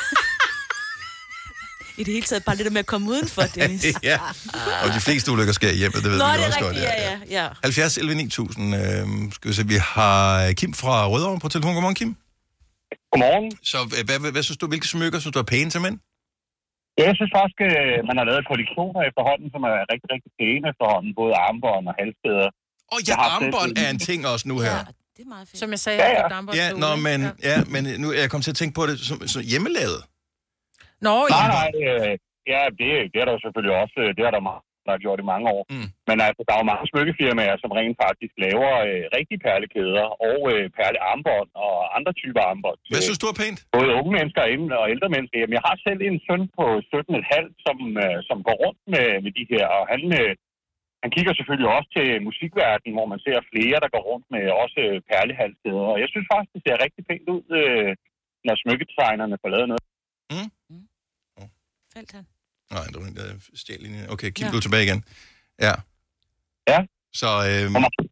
I det hele taget bare lidt med at komme udenfor, Dennis. Ja, og de fleste ulykker sker i hjemmet, det ved Nå, vi det også rigtigt, godt. Ja, ja, ja. halvfjerds elleve ni tusind. Øh, skal vi se, vi har Kim fra Rødovre på telefon. Godmorgen, Kim. Godmorgen. Så hvad, hvad, hvad synes du, hvilke smykker synes du er pæne til mænd? Ja, jeg synes faktisk, man har lavet kollektioner efterhånden, som er rigtig, rigtig pæne efterhånden. Både armbånd og halskæder. Åh oh, ja, armbånd er en ting også nu her. Ja, det er meget fedt. Som jeg sagde, ja, ja. jeg har ja, nå, men, ja, men nu er jeg kommet til at tænke på det som, som hjemmelavet. Nå, nej, nej, øh, ja, det, det er der jo selvfølgelig også. Det har der, der har gjort i mange år. Mm. Men altså, der er jo mange smykkefirmaer, som rent faktisk laver øh, rigtige perlekæder og øh, perlearmbånd og andre typer armbånd. Hvad synes du er pænt? Både unge mennesker og ældre mennesker. Jamen, jeg har selv en søn på sytten komma fem, som, øh, som går rundt med, med de her, og han... Øh, Han kigger selvfølgelig også til musikverdenen, hvor man ser flere, der går rundt med også perlehalskæder. Og jeg synes faktisk, det ser rigtig pænt ud, når smykkedesignerne får lavet noget. Mm. Mm. Oh. Faldt han? Nej, det var en, der stjal linjen. Okay, Kim, ja. Du er tilbage igen. Ja. Ja. Så, øhm... Hvor, meget,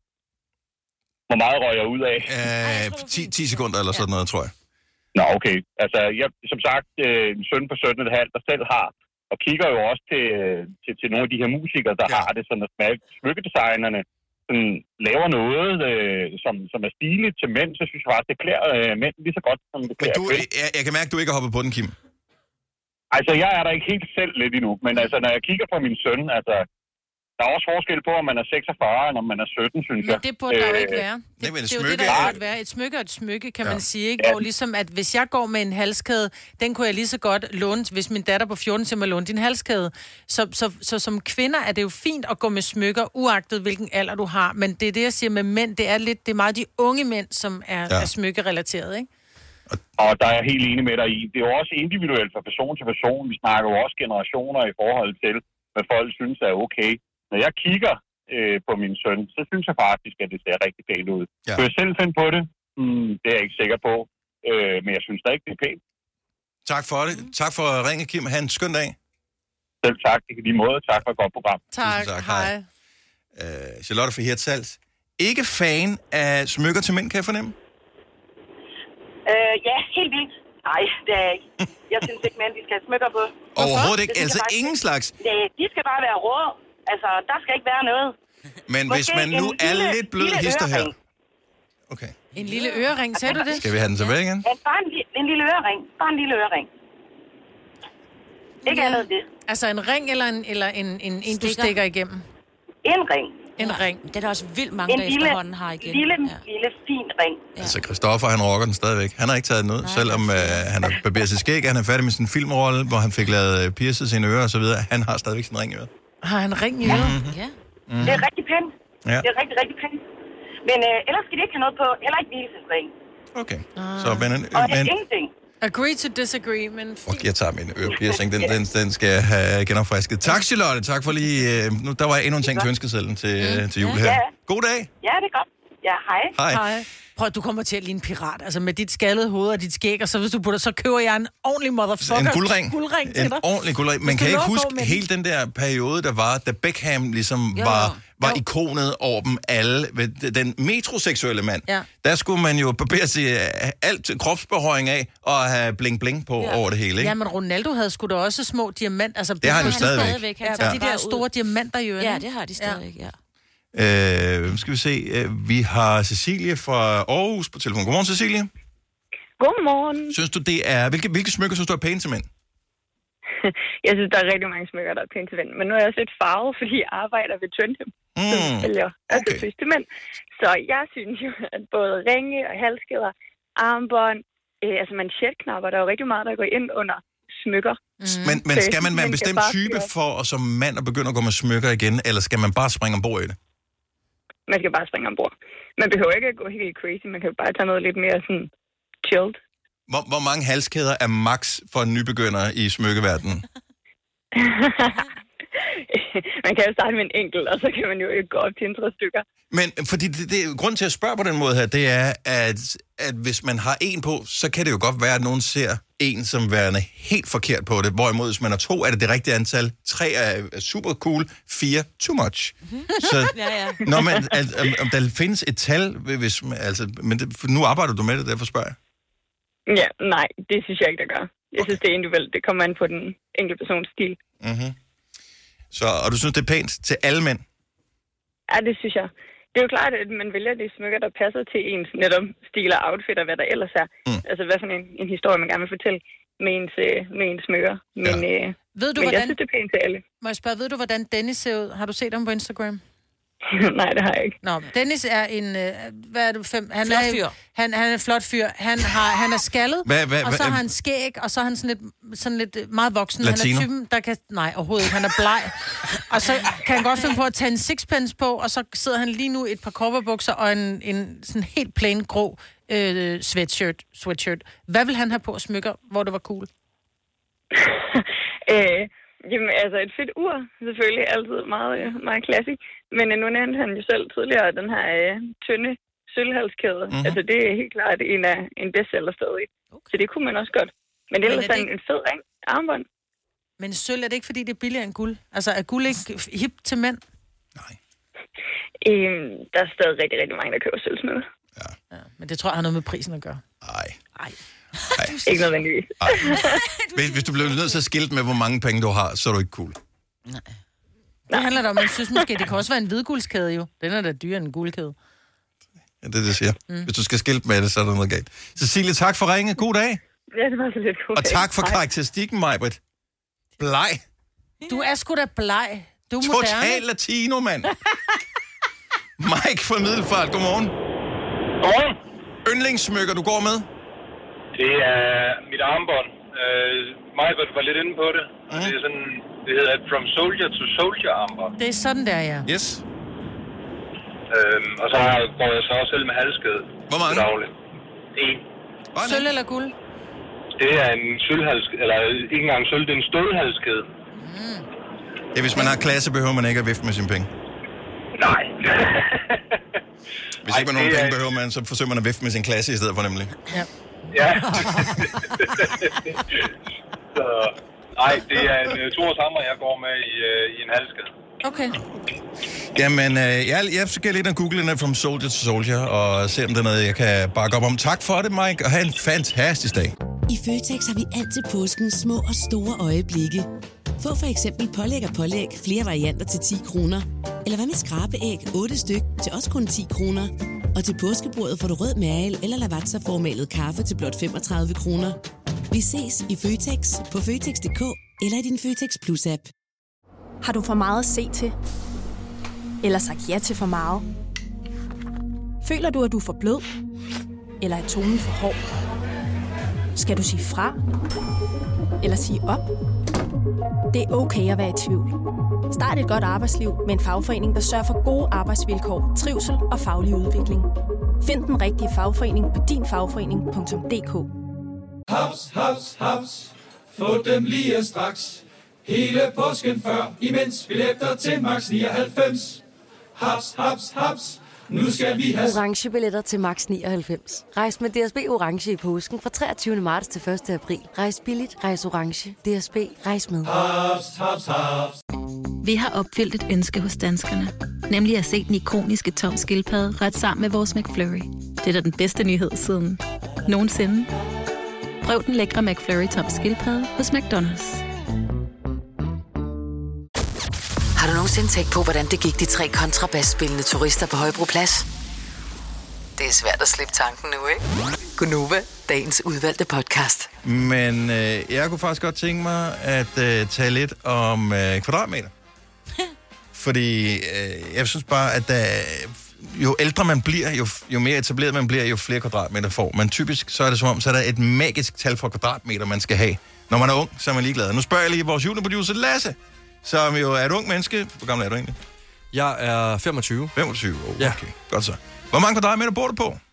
hvor meget røg jeg ud af? Øh, ti, ti sekunder eller sådan noget, tror jeg. Nå, okay. Altså, jeg, som sagt, øh, en søn på sytten komma fem, der selv har... Og kigger jo også til, til, til nogle af de her musikere, der ja. har det, sådan at smykkedesignerne sådan, laver noget, øh, som, som er stiligt til mænd, så synes jeg faktisk, det klæder øh, mænd lige så godt, som det klæder. Men du, jeg, jeg kan mærke, at du ikke har hoppet på den, Kim. Altså, jeg er der ikke helt selv lidt endnu, men altså, når jeg kigger på min søn, altså... Der er også forskel på, om man er seksogfyrre, eller om man er sytten, synes jeg. Men det burde der jo ikke være. Det, det, det er jo det, der burde være. Et smykke og et smykke, kan ja. man sige, ikke? Hvor ligesom, at hvis jeg går med en halskæde, den kunne jeg lige så godt låne, hvis min datter på fjorten til mig låne din halskæde. Så, så, så som kvinder er det jo fint at gå med smykker, uagtet hvilken alder du har. Men det er det, jeg siger med mænd, det er lidt, det er meget de unge mænd, som er, ja. er smykkerelateret, ikke? Og der er jeg helt enig med dig i. Det er jo også individuelt fra person til person. Vi snakker jo også generationer i forhold til, hvad folk synes er okay. Når jeg kigger øh, på min søn, så synes jeg faktisk, at det ser rigtig pænt ud. Ja. Kan jeg selv finde på det? Mm, det er jeg ikke sikker på. Øh, men jeg synes da ikke, det er pænt. Tak for det. Tak for at ringe, Kim. Ha' en skøn dag. Selv tak. Det kan lige måde. Tak for et godt program. Tak. tak. Hej. Uh, Charlotte fra Hirtshals. Ikke fan af smykker til mænd, kan jeg fornemme? Øh, ja, helt vildt. Nej, det er jeg ikke. Jeg synes ikke, mænd, de skal have smykker på. Overhovedet ikke? Altså ingen slags? Nej, de skal bare være rå. Altså, der skal ikke være noget. Men måske hvis man nu er lille, lidt blød hister her... Okay. En lille ørering, sagde du det? Skal vi have den tilbage igen? Ja, bare en, en lille ørering. Bare en lille ørering. Ikke ja. andet det. Altså en ring eller en, eller en, en, en du stikker igennem? En ring. En ja. ring. Det er der også vildt mange, en der lille, efterhånden har igen. En lille, ja. lille, fin ring. Ja. Altså, Christoffer, han rocker den stadigvæk. Han har ikke taget den ud, Nej, selvom øh, han har barberet sit skæg. Han er færdig med sin filmrolle, hvor han fik lavet piercet sine ører og så videre. Han har stadigvæk sin ring i øret. Har han ring i øret? Ja. ja. Mm-hmm. Det er rigtig pænt. Ja. Det er rigtig, rigtig pænt. Men øh, ellers skal de ikke have noget på. Heller ikke hvilesesring. Okay. Ah. Så, men, øh, og men, ingenting. Agree to disagree, men... Okay, jeg tager min ørepiercing. Den, den, den skal jeg have genopfrisket. Tak, Charlotte. Tak for lige... Øh, nu, der var endnu en ting til ønskesedlen til, mm. til jul her. Ja. God dag. Ja, det er godt. Ja, hej. Hej. Hej. Prøv, du kommer til at ligne en pirat. Altså med dit skaldede hoved og dit skæg, og så hvis du putter, så køber jeg en ordentlig motherfucker. En guldring. guldring til en dig. ordentlig guldring. Man kan ikke huske hele den der periode, der var, da Beckham ligesom jo, var, var ikonet over dem alle. Den metroseksuelle mand. Ja. Der skulle man jo barbere sig alt kropsbehøring af og have bling-bling på ja. over det hele, ikke? Ja, men Ronaldo havde sgu da også små diamant. Altså, det har han jo stadigvæk. stadigvæk. Han ja, de der store diamanter i ørerne. Ja, det har de stadigvæk, ja. Øh, skal vi se. Vi har Cecilie fra Aarhus på telefon. Godmorgen, Cecilie. Godmorgen. Synes du, det er... Hvilke, hvilke smykker synes du er pæne til mænd? Jeg synes, der er rigtig mange smykker, der er pæne til mænd. Men nu er jeg også lidt farvet, fordi jeg arbejder ved Trendhjem. Mm, som sælger altså okay. til mænd. Så jeg synes jo, at både ringe og halskæder, armbånd, øh, altså manchetknapper, der er jo rigtig meget, der går ind under smykker. Mm. Men, men skal man være en bestemt type for, som mand, at begynde at gå med smykker igen, eller skal man bare springe ombord i det? Man skal bare springe ombord. Man behøver ikke at gå helt crazy, man kan bare tage noget lidt mere sådan chilled. Hvor, hvor mange halskæder er max for en nybegynder i smykkeverdenen? Man kan jo starte med en enkelt, og så kan man jo ikke gå op til en tre stykker. Men fordi det, det, grund til at spørge på den måde her, det er, at, at hvis man har en på, så kan det jo godt være, at nogen ser en som værende helt forkert på det. Hvorimod, hvis man har to, er det det rigtige antal. Tre er super cool, fire too much. Så ja, ja. når man, at, om der findes et tal, hvis man, altså, men det, nu arbejder du med det, derfor spørger jeg. Ja, nej, det synes jeg ikke, der gør. Jeg synes, det er individuelt. Det kommer an på den enkelte persons stil. Mm-hmm. Så, og du synes, det er pænt til alle mænd? Ja, det synes jeg. Det er jo klart, at man vælger de smykker, der passer til ens netop stil og outfit, og hvad der ellers er. Mm. Altså, hvad for en, en historie, man gerne vil fortælle med ens, øh, med ens smykker. Men, ja. øh, ved du, men hvordan... jeg synes, det er pænt til alle. Må jeg spørge, ved du, hvordan Dennis ser ud? Har du set ham på Instagram? Nej, det har jeg ikke. Nå, Dennis er en, øh, hvad er det, fem? Han flot er, fyr. Han, han er en flot fyr. Han, har, han er skaldet, hvad, hvad, og så hvad, har han skæg, og så er han sådan lidt, sådan lidt meget voksen. Latino? Han er typen, der kan... Nej, overhovedet ikke. Han er bleg. Og så kan han godt finde på at tage en sixpence på, og så sidder han lige nu i et par coverbukser og en, en sådan helt plain grå øh, sweatshirt, sweatshirt. Hvad vil han have på smykker, hvor det var cool? øh... Jamen, altså et fedt ur, selvfølgelig altid meget, meget klassisk. Men nu nævnte han jo selv tidligere den her øh, tynde sølvhalskæde. Mm-hmm. Altså det er helt klart en af en bestseller stadig. Okay. Så det kunne man også godt. Men det er ellers ikke... en fed ring, armbånd. Men sølv, er det ikke fordi, det er billigere end guld? Altså er guld ikke hip til mænd? Nej. Øhm, der er stadig rigtig, rigtig mange, der køber sølvsmykker. Ja. Ja. Men det tror jeg har noget med prisen at gøre. Nej. Nej. Ikke nødvendigvis. Hvis, hvis du bliver nødt til at skilte med, hvor mange penge du har, så er du ikke cool. Nej. Det handler da om, man synes måske, det kan også være en hvidguldskæde jo. Den er da dyrere end en guldkæde. Ja, det er det, jeg siger. Mm. Hvis du skal skilte med det, så er der noget galt. Cecilie, tak for ringe. God dag. Ja, det var så lidt god Og dag. tak for karakteristikken, Majbrit. Bleg. Du er sgu da bleg. Du er moderne. Total latino, mand. Mike fra Middelfart, godmorgen. Godmorgen. Yndlingssmykker, du går med? Det er mit armbånd. Uh, Majbert var lidt inde på det. Mm. Det er sådan, det hedder From Soldier to Soldier armbånd. Det er sådan der, ja. Yes. Uh, og så går jeg så også selv med halskæde. Hvor mange? Dagligt. En. Sølv eller guld? Det er en sølvhalskæde, eller ikke engang sølv, det er en stålhalskæde. Mm. Ja, hvis man har klasse, behøver man ikke at vifte med sine penge. Nej. Hvis ikke man har nogen penge, behøver man, så forsøger man at vifte med sin klasse i stedet for nemlig. Ja. Ja. Så, nej, det er en uh, Thors hammer, jeg går med i, uh, i en halskæde. Okay. Jamen, øh, jeg, jeg skal lidt at google den From Soldier to Soldier, og se om det er noget, jeg kan bakke op om. Tak for det, Mike, og have en fantastisk dag. I Føtex har vi altid påsken små og store øjeblikke. Få for eksempel pålæg og pålæg flere varianter til ti kroner. Eller hvad med skrabeæg otte styk til også kun ti kroner. Og til påskebordet får du rød mal eller lavatserformalet kaffe til blot femogtredive kroner. Vi ses i Føtex på Føtex punktum d k eller i din Føtex Plus-app. Har du for meget at se til? Eller sagt ja til for meget? Føler du, at du er for blød? Eller er tonen for hård? Skal du sige fra? Eller sige op? Det er okay at være i tvivl. Start et godt arbejdsliv med en fagforening, der sørger for gode arbejdsvilkår, trivsel og faglig udvikling. Find den rigtige fagforening på din fagforening punktum d k. Haps, haps, haps. Få dem lige straks. Hele påsken før, imens billetter til max nioghalvfems. Haps, haps, haps. Nu skal vi have orange billetter til max nioghalvfems. Rejs med D S B orange i påsken fra treogtyvende marts til første april. Rejs billigt, rejs orange. D S B, rejs med. haps, haps, haps. Vi har opfyldt et ønske hos danskerne. Nemlig at se den ikoniske tom skildpadde ret sammen med vores McFlurry. Det er da den bedste nyhed siden nogensinde. Prøv den lækre McFlurry tom skildpadde hos McDonald's. Har du nogensinde tænkt på, hvordan det gik de tre kontrabasspillende turister på Højbroplads? Det er svært at slippe tanken nu, ikke? Gunova, dagens udvalgte podcast. Men øh, jeg kunne faktisk godt tænke mig at øh, tale lidt om øh, kvadratmeter. Fordi øh, jeg synes bare, at der, jo ældre man bliver, jo, jo mere etableret man bliver, jo flere kvadratmeter får. Men typisk så er det som om, så er der et magisk tal for kvadratmeter, man skal have. Når man er ung, så er man ligeglad. Nu spørger jeg lige vores juniorproducer Lasse, som jo er et ung menneske. Hvor gammel er du egentlig? Jeg er femogtyve. femogtyve, oh, ja. Okay. Godt så. Hvor mange kvadratmeter bor du på?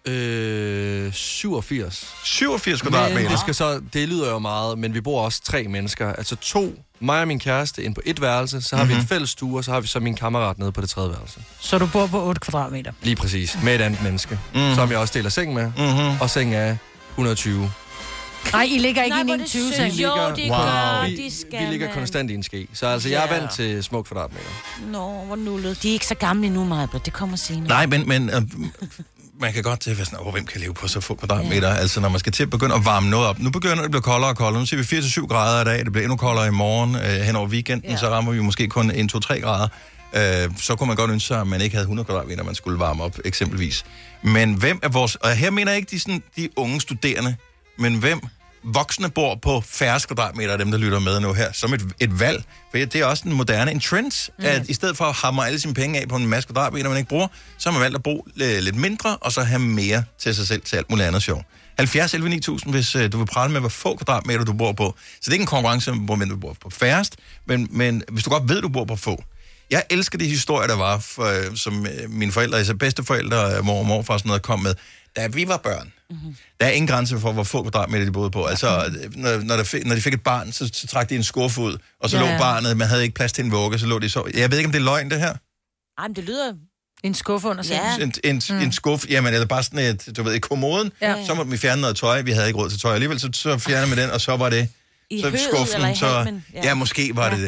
Øh, syvogfirs. syvogfirs kvadratmeter? Men det, skal så, det lyder jo meget, men vi bor også tre mennesker. Altså to, mig og min kæreste, ind på et værelse, så har mm-hmm. vi en fælles stue, og så har vi så min kammerat nede på det tredje værelse. Så du bor på otte kvadratmeter? Lige præcis, med et andet menneske, mm. som jeg også deler seng med, mm-hmm. og seng er et hundrede og tyve. Nej, I ligger ikke Nej, i en tyve seng. Jo, det wow. gør, vi, de skal, vi ligger man. konstant i en ske, så altså, Ja. jeg er vant til små kvadratmeter. Nå, hvor nullet. De er ikke så gamle endnu, Majbert. Det kommer senere. Nej, men, men øh, man kan godt til være sådan, oh, hvem kan leve på så få kvadratmeter? Ja. Altså, når man skal til at begynde at varme noget op. Nu begynder det at blive koldere og koldere. Nu ser vi fire til syv grader i dag. Det bliver endnu koldere i morgen. Øh, hen over weekenden, ja. Så rammer vi måske kun en to tre grader. Øh, så kunne man godt ønske sig, at man ikke havde hundrede kvadratmeter, man skulle varme op, eksempelvis. Men hvem er vores... Og her mener jeg ikke de, sådan, de unge studerende, men hvem voksne bor på færre kvadratmeter af dem, der lytter med nu her, som et, et valg. For det er også en moderne en trend, mm. at i stedet for at hamre alle sine penge af på en masse kvadratmeter, man ikke bruger, så har man valgt at bruge lidt mindre, og så have mere til sig selv, til alt muligt andet sjov. halvfjerds elleve ni tusind, hvis uh, du vil prale med, hvor få kvadratmeter du bor på. Så det er ikke en konkurrence, hvor du bor på færrest, men, men hvis du godt ved, du bor på få. Jeg elsker de historier, der var, for, som uh, mine forældre, altså bedsteforældre, mor og morfar, sådan noget, kom med, da vi var børn. Mm-hmm. Der er ingen grænse for, hvor få kvadratmeter de boede på. Altså, når, når, der fik, når de fik et barn, så, så trak de en skuffe ud, og så ja, ja. lå barnet, man havde ikke plads til en vugge, så lå de så... Jeg ved ikke, om det er løgn, det her? Ej, men det lyder... En skuffe under sengen. Ja. En, en, mm. en skuffe, jamen, eller bare sådan et, du ved, i kommoden. Ja. Så måtte vi fjerne noget tøj, vi havde ikke råd til tøj alligevel, så, så fjernede vi den, og så var det... I så høvet, skuffen, eller i så, halmen. Ja. ja, måske var ja. det det.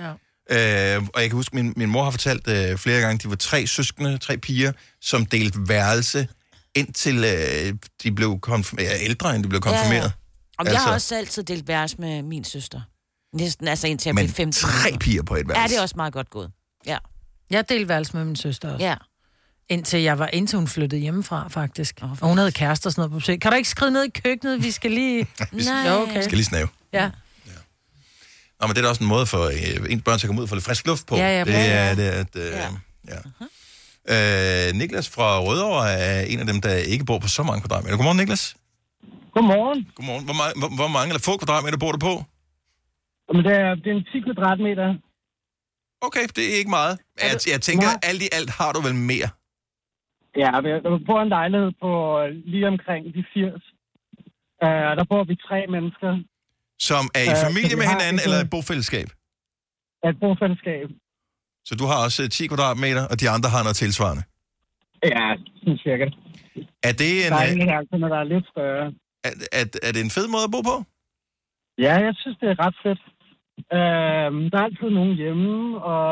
Ja. Øh, og jeg kan huske, min, min mor har fortalt øh, flere gange, de var tre søskende, tre piger, som delte værelse, indtil øh, de blev konfirmeret, ja, ældre, end de blev konfirmeret. Ja, ja. Og altså, jeg har også altid delt værelse med min søster. Næsten, altså indtil jeg blev femten. Men tre piger på et værelse? Ja, det er også meget godt gået. Ja. Jeg delte værelse med min søster også. Ja. Indtil jeg var, indtil hun flyttede hjemmefra, faktisk. Oh, og hun havde kærester og sådan noget på besøg. Kan du ikke skrive ned i køkkenet? Vi skal lige... Nej. Jo, okay. Vi skal lige snave. Ja. Nå, men det er da også en måde for øh, ens børn til at komme ud og få lidt frisk luft på. Ja, ja, det er det, at... Øh, ja. ja. Uh-huh. Øh, Niklas fra Rødovre er en af dem, der ikke bor på så mange kvadratmeter. Godmorgen, Niklas. Godmorgen. Godmorgen. Hvor, ma- hvor, hvor mange eller få kvadratmeter bor du på? Jamen, det er, det er en ti kvadratmeter. Okay, det er ikke meget. Jeg, jeg tænker, at alt i alt har du vel mere? Ja, der bor en lejlighed på lige omkring de firs. Uh, der bor vi tre mennesker. Som er i familie uh, med hinanden, et, eller et bofællesskab? Et bofællesskab. Så du har også ti kvadratmeter, og de andre har noget tilsvarende? Ja, sådan cirka. Er det en... Der er en her, der er lidt større. Er, er, er det en fed måde at bo på? Ja, jeg synes, det er ret fedt. Uh, der er altid nogen hjemme, og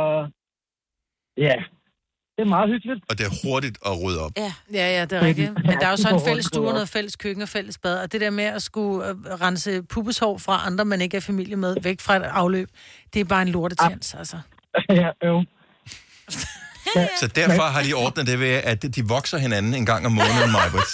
ja, det er meget hyggeligt. Og det er hurtigt at rydde op. Ja, ja, ja det er rigtigt. Men der er jo så en fælles stue, noget fælles køkken og fælles bad. Og det der med at skulle rense pubeshår fra andre, man ikke er familie med, væk fra et afløb, det er bare en lortetjans, altså. Ja, jo. Så derfor har de ordnet det ved, at de vokser hinanden en gang om måneden, Majbrits.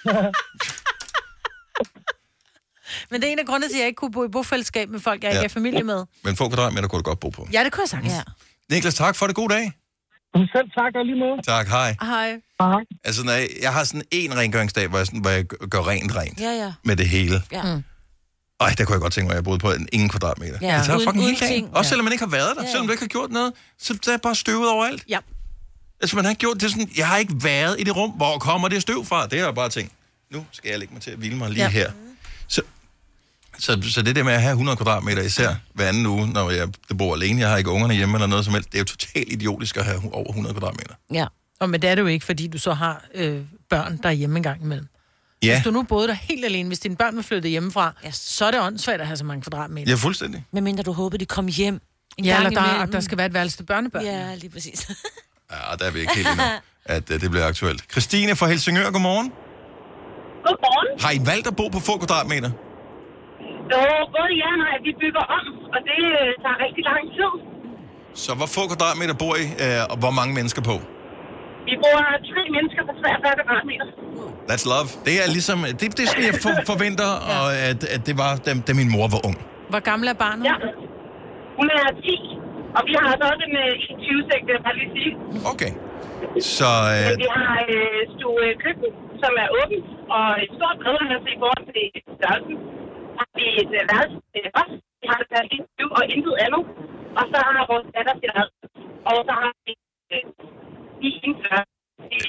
Men det er en af grundene til, at jeg ikke kunne bo i bofællesskab med folk, jeg ja. ikke er familie med. Men få kvadratmeter kunne du godt bo på. Ja, det kunne jeg sagtens. Ja. Niklas, tak for det. God dag. Selv tak, og lige måde. Tak, hej. Hej. Hej. Altså, når jeg, jeg har sådan en rengøringsdag, hvor jeg, sådan, hvor jeg gør rent rent. Ja, ja. Med det hele. Ja. Mm. Ej, der kunne jeg godt tænke mig, at jeg boede på en ingen kvadratmeter. Ja. Det tager Uden, fucking uden hele dagen. ting. Også Ja. selvom man ikke har været der, ja. Selvom du ikke har gjort noget, så der er bare støvet overalt. Ja. Altså, man har ikke gjort det sådan, jeg har ikke været i det rum, hvor kommer det støv fra? Det har jeg bare tænkt, nu skal jeg lægge mig til at hvile mig lige ja. her. Så, så, så det der med at have hundrede kvadratmeter især hver anden uge, når jeg bor alene, jeg har ikke ungerne hjemme eller noget som helst, det er jo totalt idiotisk at have over hundrede kvadratmeter. Ja. Og men det er det jo ikke, fordi du så har øh, børn, der er hjemme en gang imellem. Ja. Hvis du nu boede der helt alene, hvis dine børn vil flytte hjemmefra, yes. så er det åndssvagt at have så mange kvadratmeter. Ja, fuldstændig. Men mindre du håber, de kommer hjem en ja, gang eller der, imellem. der skal være et værelse til børnebørn. Ja, lige præcis. Ja, der er vi ikke helt endnu, at uh, det bliver aktuelt. Christine fra Helsingør, godmorgen. Godmorgen. Har I valgt at bo på få kvadratmeter? Jo, både ja og nej, vi bygger om, og det tager rigtig lang tid. Så hvor få kvadratmeter bor I, uh, og hvor mange mennesker på? Vi bor tre mennesker på treogfyrre kvadratmeter. That's love. Det er ligesom, det, det er sådan, jeg for, forventer, ja. Og at, at det var, da, da min mor var ung. Hvor gammel er barnet? Ja, hun er ti, og vi har så også en tyve-sæk, vil jeg bare lige sige. Okay. Så... Uh... Men vi har øh, stue køkken, som er åbent, og et stort badeværelse i forhold til størrelsen. Har vi et øh, værelse til os, vi har det per enogtyve og intet andet. Og så har vores datter til ad. Og så har vi øh, de indfører.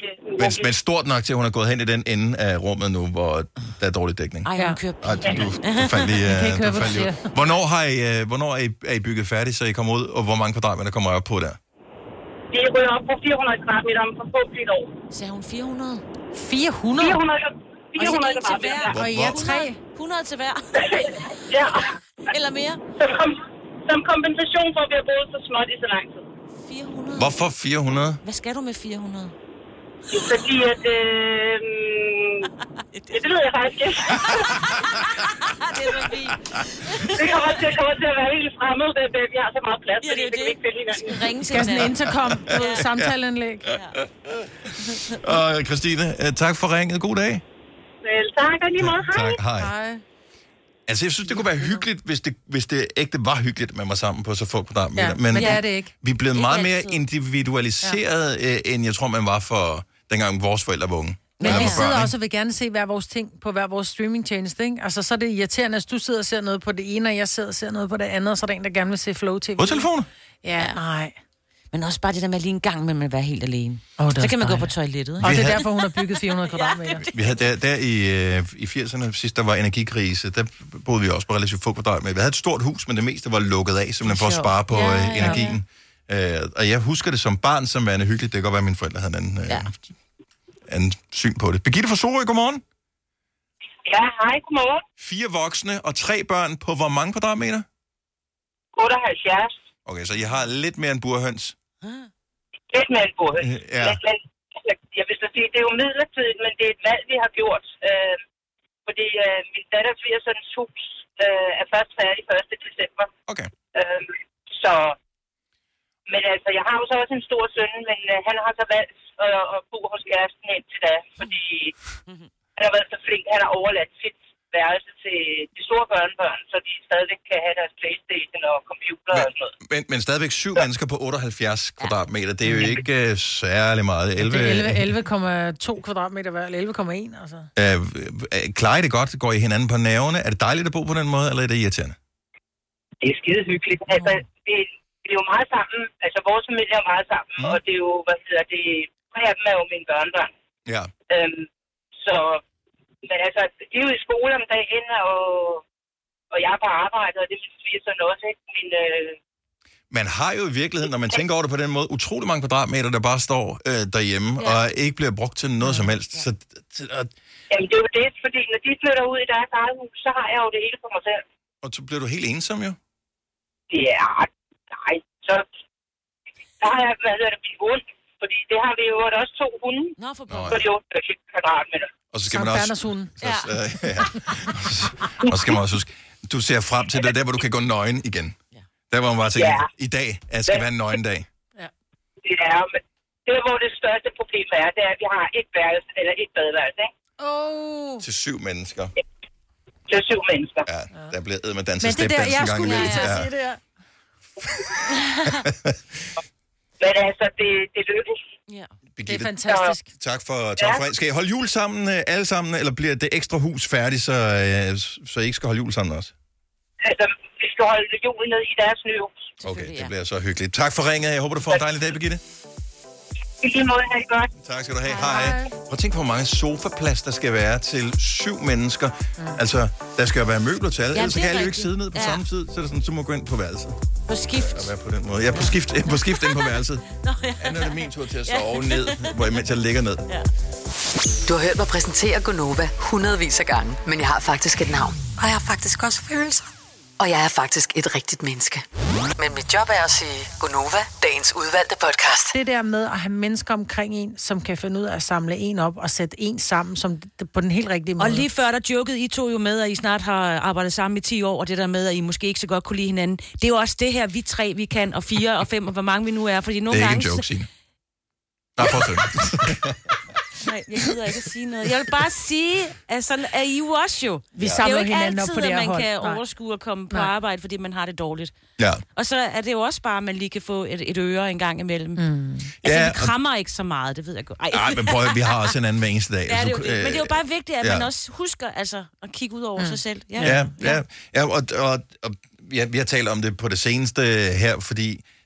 Men, men stort nok til, at hun er gået hen i den ende af rummet nu, hvor der er dårlig dækning. Ej, hun kører Ej, du, du, du faldt lige... kan ikke uh, høre, du hvad faldt du lige siger. ud. Hvornår har I, uh, hvornår er I, er I bygget færdigt, så I kommer ud, og hvor mange kvadratmeter kommer I op på der? Vi ryger op på fire hundrede kvadratmeter om for få et år. Sagde hun fire hundrede? fire hundrede? fire hundrede, fire hundrede til hver. kvadratmeter. Og I er tre? hundrede til hver. Ja. Eller mere. Så kom, som kompensation for, at vi har boet så småt i så lang tid. fire hundrede? Hvorfor fire hundrede? Hvad skal du med fire hundrede? Fordi at... Øh, det, det ved jeg faktisk ikke. det er fint. Det kommer til, kommer til at være helt fremmed, det, det, vi har så meget plads, Ja, fordi det er det kan det. vi ikke finde hinanden. Ringe til Skal sådan en hinanden. intercom, du ved, samtaleanlæg. Og Christine, uh, tak for ringet. God dag. Vel, tak, og lige meget. Hej. Tak, hej. Hej. Altså, jeg synes, det kunne være hyggeligt, hvis det, hvis det ægte var hyggeligt, at man var sammen på så få kvadratmeter. Ja, men det er det ikke. Vi er blevet Ikke meget mere altid. individualiseret, ja. øh, end jeg tror, man var for dengang vores forældre var unge. Men Eller vi var sidder børn, også og vil gerne se hver vores ting på hver vores streamingtjeneste, ikke? Altså, så er det irriterende, at du sidder og ser noget på det ene, og jeg sidder og ser noget på det andet, og så er der en, der gerne vil se Flow T V. På telefoner? Ja, nej. Men også bare det der med lige en gang med at være helt alene. Oh, så kan man gå på toilettet. Og Vi det er havde- derfor, hun har bygget fire hundrede kvadratmeter. Vi havde der, der i, øh, i firserne, sidst der var energikrise, der boede vi også på relativt få kvadratmeter. Vi havde et stort hus, men det meste var lukket af, simpelthen for at spare på Ja, øh, ja, energien. Øh, og jeg husker det som barn, som værende hyggeligt. Det kan godt være, at mine forældre havde en anden, øh, Ja. anden syn på det. Birgitte fra Sorø, godmorgen. Ja, hej, godmorgen. Fire voksne og tre børn på hvor mange kvadratmeter? otteoghalvfjerds. Okay, så jeg har lidt mere end burhøns. Lidt med en båd. Øh, ja. Men, men jeg, jeg vil så sige, det er jo midlertidigt, men det er et valg, vi har gjort. Øh, fordi øh, min datters svigersøns hus øh, er først færdig første december. Okay. Øh, så... Men altså, jeg har jo så også en stor søn, men øh, han har så valgt at, at bo hos kæresten indtil da, fordi han har været så flink, han har overladt sit værelse til de store børnebørn, så de stadigvæk kan have deres Playstation og computer men, og sådan noget. Men, men stadigvæk syv ja. mennesker på otteoghalvfjerds kvadratmeter, det er jo ikke uh, særlig meget. elleve, Det er elleve komma to kvadratmeter hver, eller elleve komma en, altså. Uh, uh, klarer I det godt? Går I hinanden på nerverne? Er det dejligt at bo på den måde, eller er det irriterende? Det er skide hyggeligt. Altså, det, det er jo meget sammen. Altså, vores familie er meget sammen, mm. og det er jo, hvad hedder det, tre af dem er jo mine børnebørn. Ja. Øhm, så, men altså, de er jo i skole om dagen, og, og jeg er på arbejde, og det vil sige sådan også, ikke? Min, øh... Man har jo i virkeligheden, når man tænker over det på den måde, utrolig mange kvadratmeter, der bare står øh, derhjemme, ja. og ikke bliver brugt til noget ja. som helst. Så, så, og, Jamen, det er jo det, fordi når de flytter ud i deres eget hus, så har jeg jo det hele for mig selv. og så bliver du helt ensom jo. Ja, nej, så der har jeg, hvad hedder det, min hund, fordi det har vi jo også to hunde, Nå, for Nå, ja. på de otte kvadratmeter. Og så skal Sankt man også... Bernhardshunden. Så, ja. ja. Og så skal man også huske, du ser frem til det der, hvor du kan gå nøgen igen. Der hvor man bare tænker, Ja. i dag er skal være en nøgendag. Det er, men det hvor det største problem er, det er, at vi har et værelse, eller et badeværelse, ikke? Oh. Til syv mennesker. Til syv mennesker. Ja, der bliver æd med danset Men det der, stepdans jeg en gang skulle imellem. lige til at Ja. sige det her. Men altså, det, det lykkes. Ja. Det er fantastisk. Tak for, tak for Skal I holde jul sammen øh, alle sammen, eller bliver det ekstra hus færdigt, så, øh, så I ikke skal holde jul sammen også? Altså, vi skal holde jul ned i deres nye hus. Okay, det bliver så hyggeligt. Tak for ringet. Jeg håber, du får en dejlig dag, Birgitte. I lige måde, ha' det godt. Tak skal du have. Hej. Hej. Prøv at tænke på, hvor mange sofaplads, der skal være til syv mennesker. Mm. Altså, der skal jo være møbler til alle, Ja, ellers så det er kan alle jo ikke rigtigt. sidde ned på Ja. samme tid. Så er det sådan, så må du gå ind på værelset. På skift. Og være på den måde. Ja, på skift, på skift ind på værelset. Nå, ja. Ja, nu er det min tur til at sove ned, hvor jeg, mens jeg ligger ned. Ja. Du har hørt mig præsentere Gonova hundredvis af gange, men jeg har faktisk et navn. Og jeg har faktisk også følelser. Og jeg er faktisk et rigtigt menneske. Men mit job er at sige Gonova, dagens udvalgte podcast. Det der med at have mennesker omkring en, som kan finde ud af at samle en op og sætte en sammen som på den helt rigtige måde. Og lige før der jokede I to jo med, at I snart har arbejdet sammen i ti år, og det der med, at I måske ikke så godt kunne lide hinanden. Det er jo også det her, vi tre, vi kan, og fire og fem, og hvor mange vi nu er. Fordi nogle Det er ikke gange, en joke, Signe. Nej, fortsæt. Nej, jeg gider ikke at sige noget. Jeg vil bare sige, at sådan er I jo også jo. Vi det er samler jo ikke hinanden op altid, på det her at man hold. kan Nej. overskue at komme på Nej. arbejde, fordi man har det dårligt. Ja. Og så er det jo også bare, at man lige kan få et, et øre en gang imellem. Mm. Altså, Ja, vi og- krammer ikke så meget, det ved jeg godt. Ej. Nej, men prøv, at- vi har også en anden hver eneste dag. Ja, det er jo Så, det. Men det er jo bare vigtigt, at ja. man også husker altså, at kigge ud over mm. sig selv. Ja, ja, ja og, og, og ja, vi har talt om det på det seneste her, fordi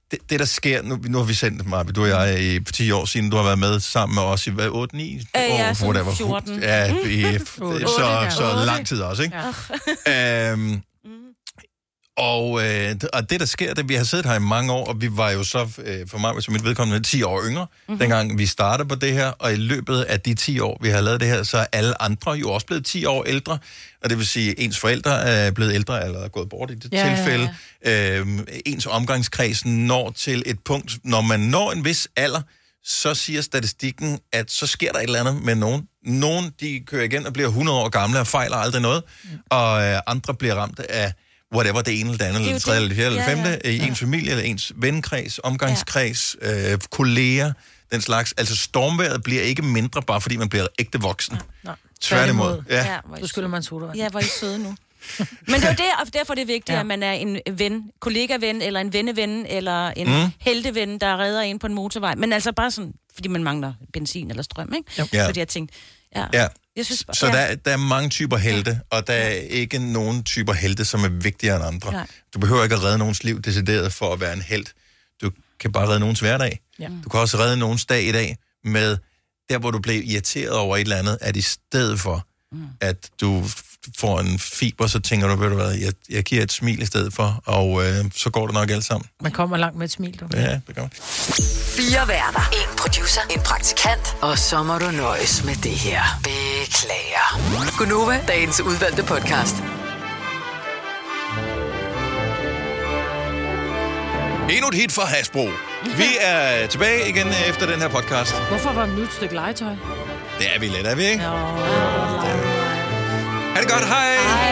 det, det der sker, nu, nu har vi sendt mig, du og jeg, i, for ti år siden, du har været med sammen med os i, hvad, otte ni Øh, år? ja, sådan whatever. fjorten. Ja, i, Mm. så, så lang tid også, ikke? Ja. Øhm, og, øh, og det, der sker, det vi har siddet her i mange år, og vi var jo så, øh, for mig som mit vedkommende, ti år yngre, mm-hmm. dengang vi startede på det her, og i løbet af de ti år, vi har lavet det her, så er alle andre jo også blevet ti år ældre, og det vil sige, at ens forældre er blevet ældre, eller er gået bort i det Ja, tilfælde. Ja, ja. Øhm, ens omgangskreds når til et punkt, når man når en vis alder, så siger statistikken, at så sker der et eller andet med nogen. Nogen, de kører igen og bliver hundrede år gamle og fejler aldrig noget, mm. og øh, andre bliver ramt af whatever, det ene eller det andet, eller det tredje, eller det fjerde, eller Ja, femte, ja. i ens familie, eller ens venkreds, omgangskreds, øh, kolleger, den slags. Altså stormvejret bliver ikke mindre, bare fordi man bliver ægte voksen. Nej. Tværtimod. Ja. Så skylder man sodavand. Ja, hvor er I søde nu. Men det er jo det, og derfor er det vigtigt, Ja. at man er en ven, kollegaven, eller en venneven, eller en Mm. mm. helteven, der redder en på en motorvej. Men altså bare sådan, fordi man mangler benzin eller strøm, ikke? Jo. Ja. Fordi jeg tænkte, ja. Ja. Jeg synes, bare- Så ja. der, er- der er mange typer helte, og der er ikke nogen typer helte, som er vigtigere end andre. Nej. Du behøver ikke at redde nogens liv decideret for at være en helt. Du kan bare redde nogens hverdag. Ja. Du kan også redde nogens dag i dag med, der hvor du blev irriteret over et eller andet, at i stedet for, mm. at du får en fiber, så tænker du, ved du hvad, jeg, jeg giver et smil i stedet for, og øh, så går det nok alt sammen. Man kommer langt med et smil, du. Ja, det gør man. Fire værter. En producer. En praktikant. Og så må du nøjes med det her. Beklager. Gunova, dagens udvalgte podcast. Endnu et hit fra Hasbro. Vi er tilbage igen efter den her podcast. Hvorfor var det et stykke legetøj? Det er vi lidt, er vi ikke? Jo. Ha' det godt, hej! Hej.